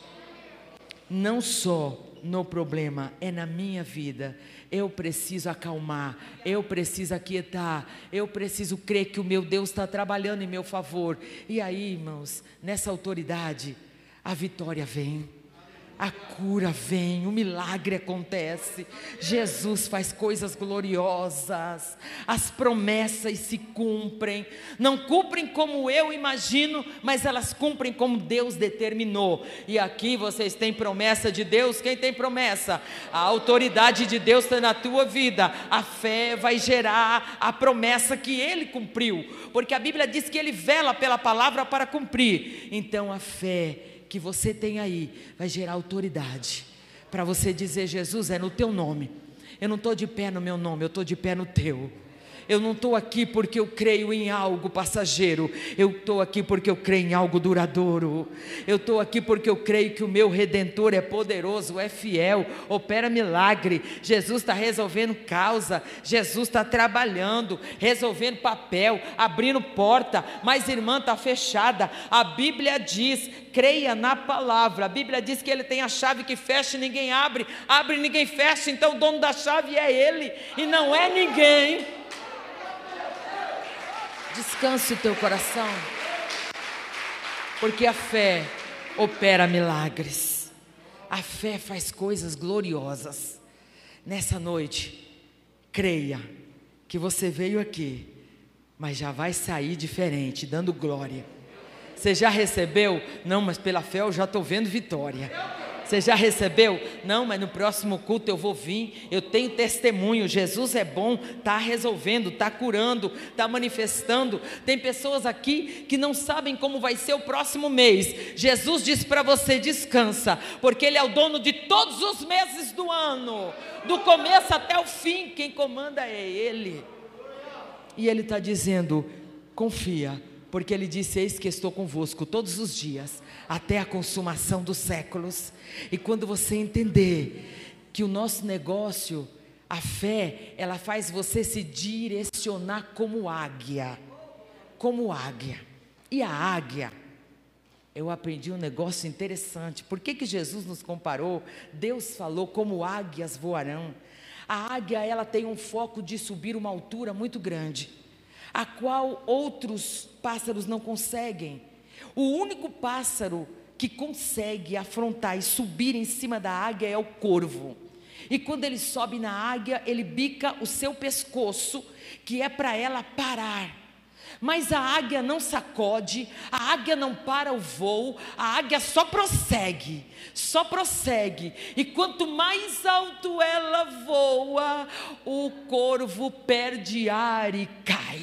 não só no problema, é na minha vida. Eu preciso acalmar, eu preciso aquietar, eu preciso crer que o meu Deus está trabalhando em meu favor. E aí, irmãos, nessa autoridade, a vitória vem. A cura vem, o milagre acontece, Jesus faz coisas gloriosas, as promessas se cumprem, não cumprem como eu imagino, mas elas cumprem como Deus determinou. E aqui vocês têm promessa de Deus. Quem tem promessa? A autoridade de Deus está na tua vida. A fé vai gerar a promessa que Ele cumpriu, porque a Bíblia diz que Ele vela pela palavra para cumprir. Então a fé que você tem aí vai gerar autoridade para você dizer: Jesus, é no teu nome. Eu não estou de pé no meu nome, eu estou de pé no teu. Eu não estou aqui porque eu creio em algo passageiro, eu estou aqui porque eu creio em algo duradouro. Eu estou aqui porque eu creio que o meu Redentor é poderoso, é fiel, opera milagre. Jesus está resolvendo causa, Jesus está trabalhando, resolvendo papel, abrindo porta, mas irmã, está fechada. A Bíblia diz: creia na palavra. A Bíblia diz que Ele tem a chave que fecha e ninguém abre, abre e ninguém fecha. Então o dono da chave é Ele e não é ninguém. Descanse o teu coração, porque a fé opera milagres, a fé faz coisas gloriosas. Nessa noite, creia que você veio aqui, mas já vai sair diferente, dando glória. Você já recebeu? Não, mas pela fé eu já estou vendo vitória. Você já recebeu? Não, mas no próximo culto eu vou vir, eu tenho testemunho, Jesus é bom, está resolvendo, está curando, está manifestando. Tem pessoas aqui que não sabem como vai ser o próximo mês. Jesus diz para você: descansa, porque Ele é o dono de todos os meses do ano, do começo até o fim, quem comanda é Ele. E Ele está dizendo: confia, porque Ele disse: eis que estou convosco todos os dias, até a consumação dos séculos. E quando você entender que o nosso negócio, a fé, ela faz você se direcionar como águia, e a águia, eu aprendi um negócio interessante. Por que Jesus nos comparou? Deus falou: como águias voarão. A águia, ela tem um foco de subir uma altura muito grande, a qual outros pássaros não conseguem. O único pássaro que consegue afrontar e subir em cima da águia é o corvo. E quando ele sobe na águia, ele bica o seu pescoço, que é para ela parar. Mas a águia não sacode, a águia não para o voo, a águia só prossegue. E quanto mais alto ela voa, o corvo perde ar e cai.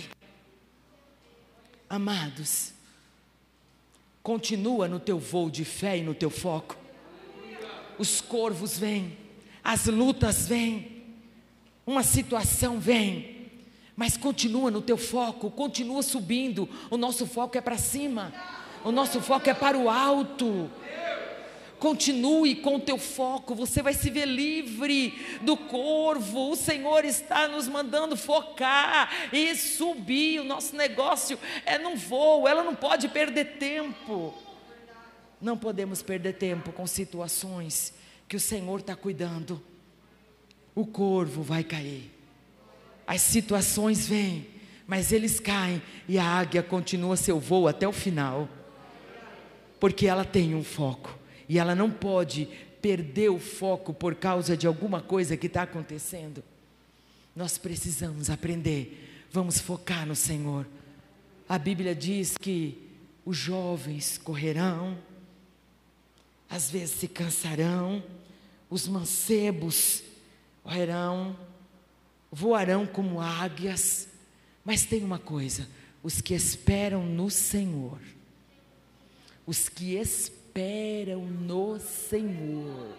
Amados, continua no teu voo de fé e no teu foco. Os corvos vêm, as lutas vêm, uma situação vem, mas continua no teu foco, continua subindo. O nosso foco é para cima, o nosso foco é para o alto. Continue com o teu foco, você vai se ver livre do corvo. O Senhor está nos mandando focar e subir. O nosso negócio é num voo, ela não pode perder tempo. Não podemos perder tempo com situações que o Senhor está cuidando. O corvo vai cair, as situações vêm, mas eles caem, e a águia continua seu voo até o final, porque ela tem um foco. E ela não pode perder o foco por causa de alguma coisa que está acontecendo. Nós precisamos aprender, vamos focar no Senhor. A Bíblia diz que os jovens correrão, às vezes se cansarão, os mancebos correrão, voarão como águias. Mas tem uma coisa: os que esperam no Senhor, os que esperam no Senhor,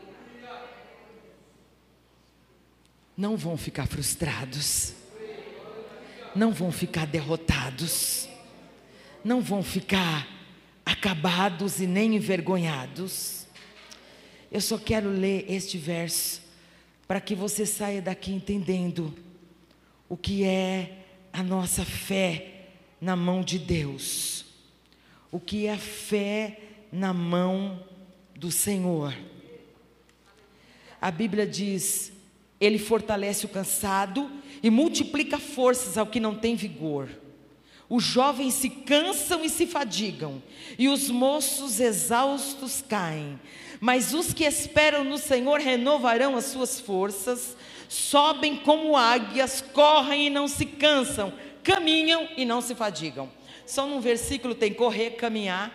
não vão ficar frustrados, não vão ficar derrotados, não vão ficar acabados e nem envergonhados. Eu só quero ler este verso para que você saia daqui entendendo o que é a nossa fé na mão de Deus, o que é a fé na mão do Senhor. A Bíblia diz: Ele fortalece o cansado e multiplica forças ao que não tem vigor. Os jovens se cansam e se fadigam, e os moços exaustos caem. Mas os que esperam no Senhor renovarão as suas forças, sobem como águias, correm e não se cansam, caminham e não se fadigam. Só num versículo tem correr, caminhar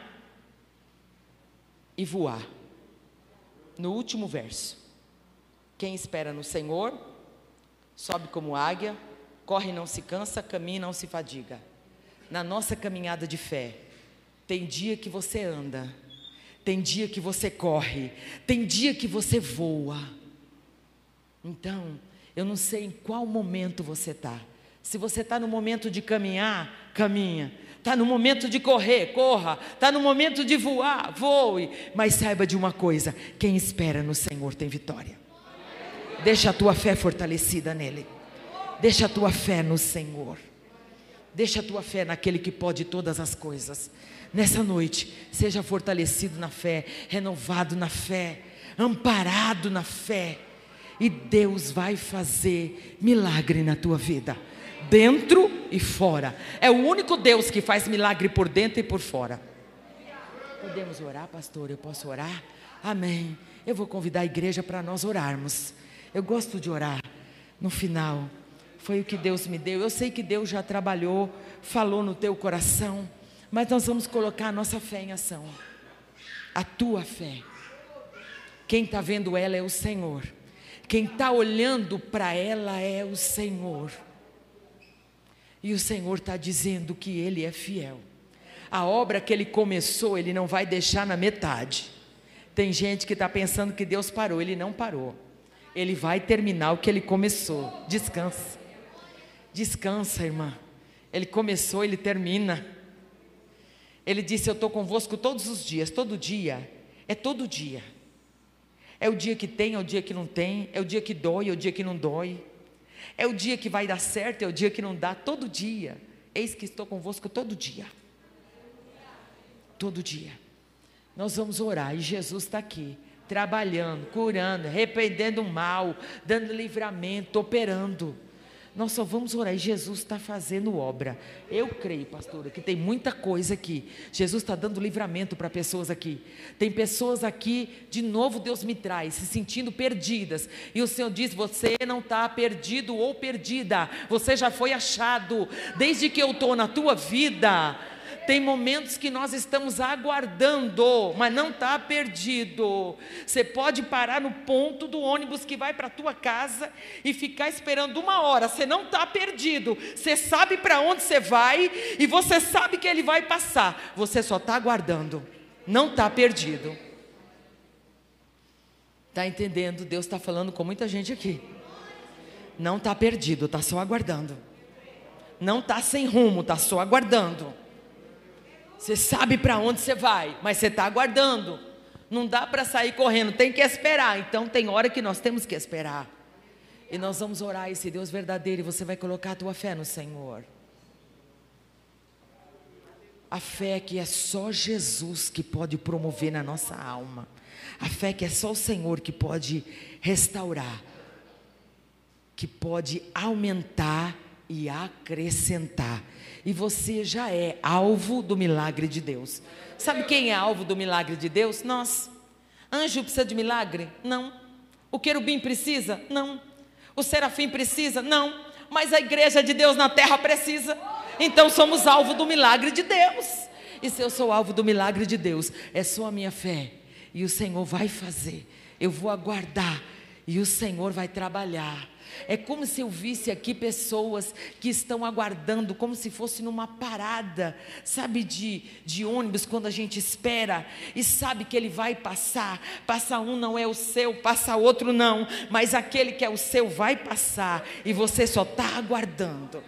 e voar. No último verso: quem espera no Senhor sobe como águia, corre e não se cansa, caminha e não se fadiga. Na nossa caminhada de fé, tem dia que você anda, tem dia que você corre, tem dia que você voa. Então, eu não sei em qual momento você está. Se você está no momento de caminhar, caminha. Está no momento de correr, corra. Está no momento de voar, voe. Mas saiba de uma coisa: quem espera no Senhor tem vitória. Deixa a tua fé fortalecida nele. Deixa a tua fé no Senhor. Deixa a tua fé naquele que pode todas as coisas. Nessa noite, seja fortalecido na fé, renovado na fé, amparado na fé, e Deus vai fazer milagre na tua vida, dentro e fora. É o único Deus que faz milagre por dentro e por fora. Podemos orar, pastor? Eu posso orar? Amém. Eu vou convidar a igreja para nós orarmos. Eu gosto de orar no final. Foi o que Deus me deu. Eu sei que Deus já trabalhou, falou no teu coração, mas nós vamos colocar a nossa fé em ação. A tua fé. Quem está vendo ela é o Senhor. Quem está olhando para ela é o Senhor. E o Senhor está dizendo que Ele é fiel. A obra que Ele começou, Ele não vai deixar na metade. Tem gente que está pensando que Deus parou. Ele não parou. Ele vai terminar o que Ele começou. Descansa. Descansa, irmã. Ele começou, Ele termina. Ele disse: eu estou convosco todos os dias. Todo dia. É todo dia. É o dia que tem, é o dia que não tem. É o dia que dói, é o dia que não dói. É o dia que vai dar certo, é o dia que não dá. Todo dia. Eis que estou convosco todo dia. Todo dia. Nós vamos orar e Jesus está aqui, trabalhando, curando, repreendendo o mal, dando livramento, operando. Nós só vamos orar e Jesus está fazendo obra. Eu creio, pastora, que tem muita coisa aqui. Jesus está dando livramento para pessoas aqui. Tem pessoas aqui, de novo Deus me traz, se sentindo perdidas. E o Senhor diz: você não está perdido ou perdida. Você já foi achado. Desde que eu estou na tua vida, tem momentos que nós estamos aguardando, mas não está perdido. Você pode parar no ponto do ônibus que vai para a tua casa e ficar esperando 1 hora. Você não está perdido. Você sabe para onde você vai e você sabe que ele vai passar. Você só está aguardando. Não está perdido. Está entendendo? Deus está falando com muita gente aqui. Não está perdido, está só aguardando. Não está sem rumo, está só aguardando. Você sabe para onde você vai, mas você está aguardando. Não dá para sair correndo, tem que esperar. Então tem hora que nós temos que esperar. E nós vamos orar esse Deus verdadeiro e você vai colocar a tua fé no Senhor. A fé que é só Jesus que pode promover na nossa alma. A fé que é só o Senhor que pode restaurar, que pode aumentar e acrescentar. E você já é alvo do milagre de Deus. Sabe quem é alvo do milagre de Deus? Nós. Anjo precisa de milagre? Não. O querubim precisa? Não. O serafim precisa? Não. Mas a igreja de Deus na terra precisa. Então somos alvo do milagre de Deus. E se eu sou alvo do milagre de Deus, é só a minha fé. E o Senhor vai fazer. Eu vou aguardar. E o Senhor vai trabalhar. É como se eu visse aqui pessoas que estão aguardando, como se fosse numa parada, sabe, de ônibus, quando a gente espera e sabe que ele vai passar. Passa um, não é o seu, passa outro não, mas aquele que é o seu vai passar e você só está aguardando.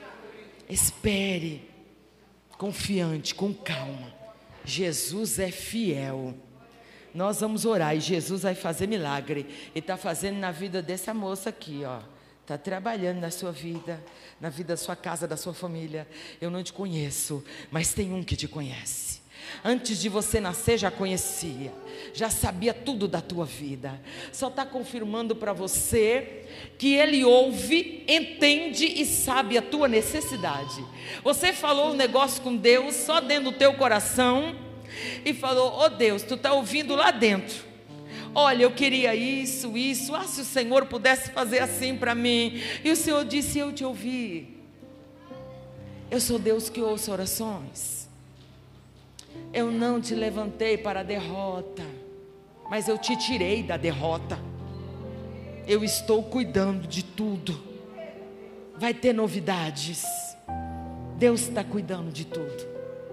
Espere, confiante, com calma. Jesus é fiel. Nós vamos orar e Jesus vai fazer milagre. E está fazendo na vida dessa moça aqui, ó. Está trabalhando na sua vida, na vida da sua casa, da sua família. Eu não te conheço, mas tem um que te conhece. Antes de você nascer já conhecia, já sabia tudo da tua vida. Só está confirmando para você que Ele ouve, entende e sabe a tua necessidade. Você falou um negócio com Deus só dentro do teu coração e falou: oh Deus, tu está ouvindo lá dentro. Olha, eu queria isso, se o Senhor pudesse fazer assim para mim. E o Senhor disse: eu te ouvi. Eu sou Deus que ouça orações. Eu não te levantei para a derrota, mas eu te tirei da derrota. Eu estou cuidando de tudo. Vai ter novidades. Deus está cuidando de tudo.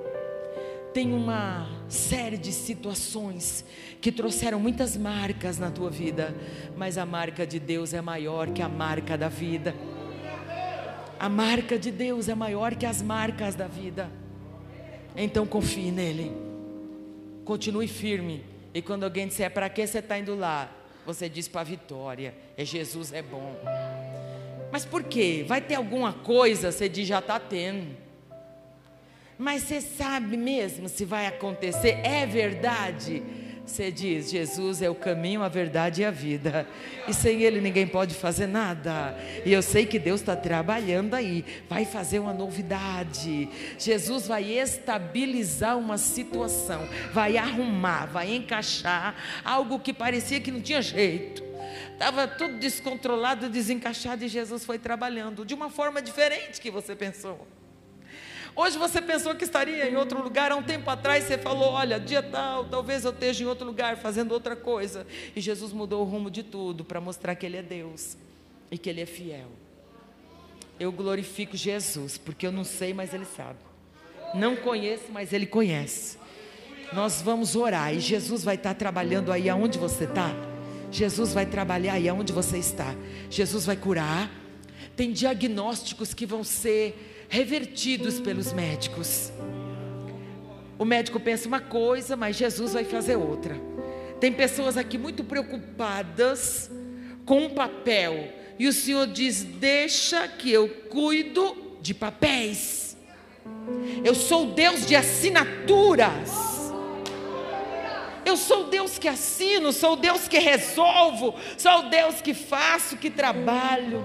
Tem uma série de situações que trouxeram muitas marcas na tua vida, mas a marca de Deus é maior que a marca da vida. A marca de Deus é maior que as marcas da vida. Então confie nele, continue firme. E quando alguém disser: para que você está indo lá? Você diz: para a vitória. Jesus é bom. Mas por quê? Vai ter alguma coisa? Você diz: já está tendo. Mas você sabe mesmo se vai acontecer? É verdade? Você diz: Jesus é o caminho, a verdade e a vida. E sem Ele ninguém pode fazer nada. E eu sei que Deus está trabalhando aí. Vai fazer uma novidade. Jesus vai estabilizar uma situação. Vai arrumar, vai encaixar algo que parecia que não tinha jeito. Estava tudo descontrolado, desencaixado, e Jesus foi trabalhando de uma forma diferente que você pensou. Hoje você pensou que estaria em outro lugar. Há um tempo atrás você falou: olha, dia tal, talvez eu esteja em outro lugar fazendo outra coisa. E Jesus mudou o rumo de tudo para mostrar que Ele é Deus e que Ele é fiel. Eu glorifico Jesus, porque eu não sei, mas Ele sabe. Não conheço, mas Ele conhece. Nós vamos orar e Jesus vai estar trabalhando aí aonde você está. Jesus vai trabalhar aí aonde você está. Jesus vai curar. Tem diagnósticos que vão ser revertidos pelos médicos. O médico pensa uma coisa, mas Jesus vai fazer outra. Tem pessoas aqui muito preocupadas com um papel, e o Senhor diz: deixa que eu cuido de papéis. Eu sou o Deus de assinaturas. Eu sou o Deus que assino, sou o Deus que resolvo, sou o Deus que faço, que trabalho.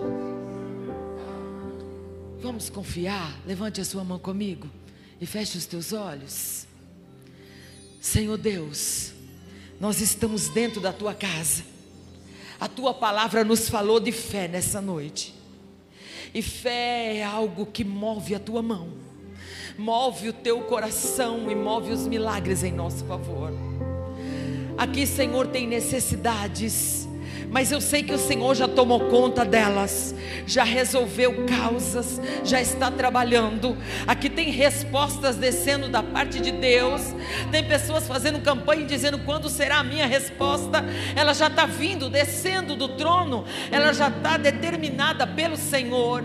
Vamos confiar? Levante a sua mão comigo e feche os teus olhos. Senhor Deus, nós estamos dentro da tua casa. A tua palavra nos falou de fé nessa noite. E fé é algo que move a tua mão, move o teu coração e move os milagres em nosso favor. Aqui, Senhor, tem necessidades, mas eu sei que o Senhor já tomou conta delas, já resolveu causas, já está trabalhando. Aqui tem respostas descendo da parte de Deus. Tem pessoas fazendo campanha e dizendo: quando será a minha resposta? Ela já está vindo, descendo do trono, ela já está determinada pelo Senhor.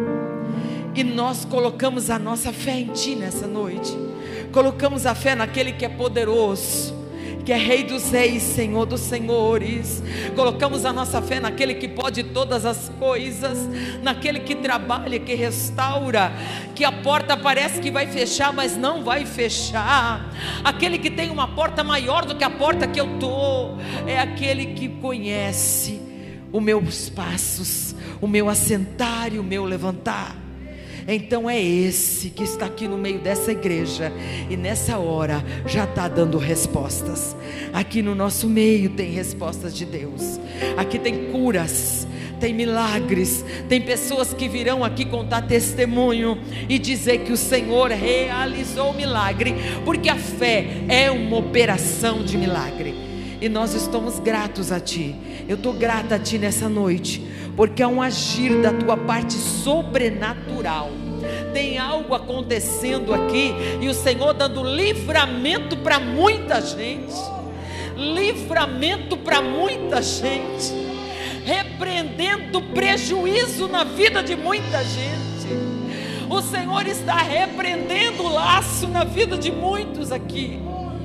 E nós colocamos a nossa fé em Ti nessa noite. Colocamos a fé naquele que é poderoso, que é Rei dos Reis, Senhor dos Senhores. Colocamos a nossa fé naquele que pode todas as coisas, naquele que trabalha, que restaura, que a porta parece que vai fechar, mas não vai fechar. Aquele que tem uma porta maior do que a porta que eu estou. É aquele que conhece os meus passos, o meu assentar e o meu levantar. Então é esse que está aqui no meio dessa igreja, e nessa hora já está dando respostas. Aqui no nosso meio tem respostas de Deus. Aqui tem curas, tem milagres, tem pessoas que virão aqui contar testemunho e dizer que o Senhor realizou o milagre, porque a fé é uma operação de milagre. E nós estamos gratos a Ti. Eu estou grata a Ti nessa noite, porque há um agir da Tua parte sobrenatural. Tem algo acontecendo aqui, e o Senhor dando livramento para muita gente. Livramento para muita gente. Repreendendo prejuízo na vida de muita gente. O Senhor está repreendendo o laço na vida de muitos aqui.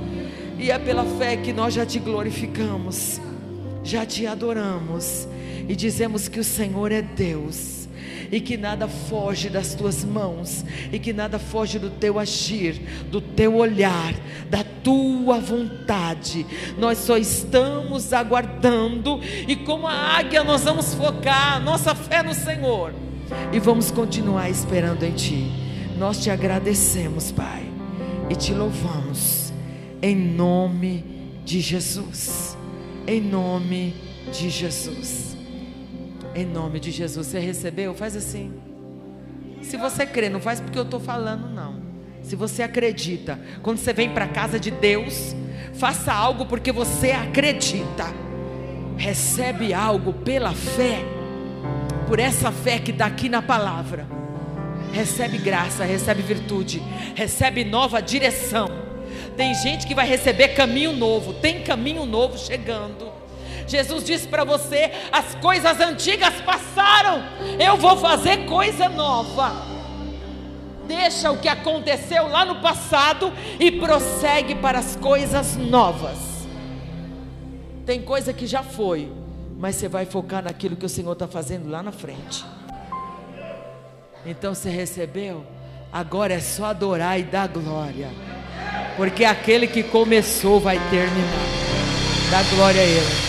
E é pela fé que nós já Te glorificamos, já Te adoramos e dizemos que o Senhor é Deus, e que nada foge das Tuas mãos, e que nada foge do Teu agir, do Teu olhar, da Tua vontade. Nós só estamos aguardando, e como a águia nós vamos focar a nossa fé no Senhor, e vamos continuar esperando em Ti. Nós Te agradecemos, Pai, e Te louvamos, em nome de Jesus. Em nome de Jesus. Em nome de Jesus. Você recebeu? Faz assim. Se você crê, não faz porque eu estou falando, não. Se você acredita, quando você vem para a casa de Deus, faça algo porque você acredita. Recebe algo pela fé, por essa fé que está aqui na palavra. Recebe graça, recebe virtude, recebe nova direção. Tem gente que vai receber caminho novo. Tem caminho novo chegando. Jesus disse para você: as coisas antigas passaram, eu vou fazer coisa nova. Deixa o que aconteceu lá no passado e prossegue para as coisas novas. Tem coisa que já foi, mas você vai focar naquilo que o Senhor está fazendo lá na frente. Então você recebeu? Agora é só adorar e dar glória, porque aquele que começou vai terminar. Dá glória a Ele.